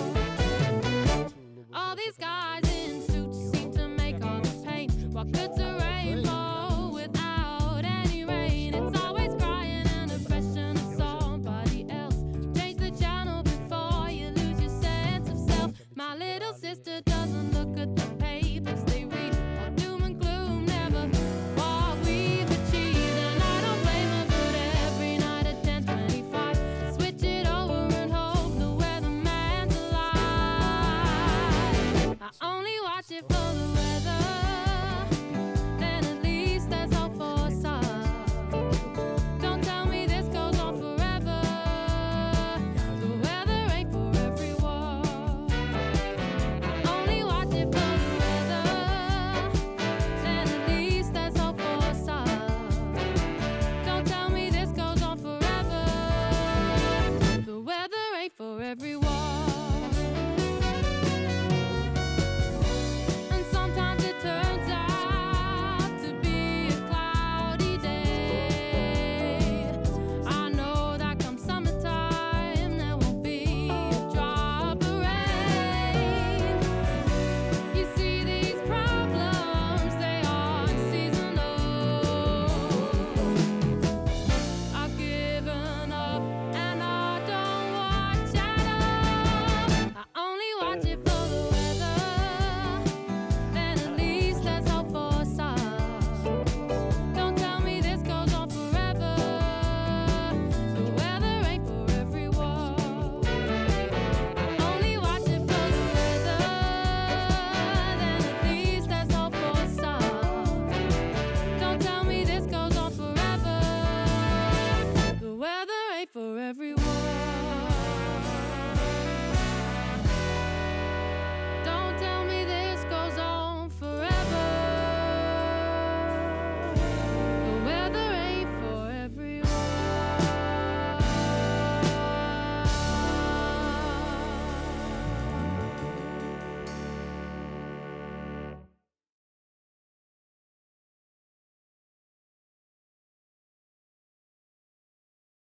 All these guys in suits seem to make all the pain. While goods are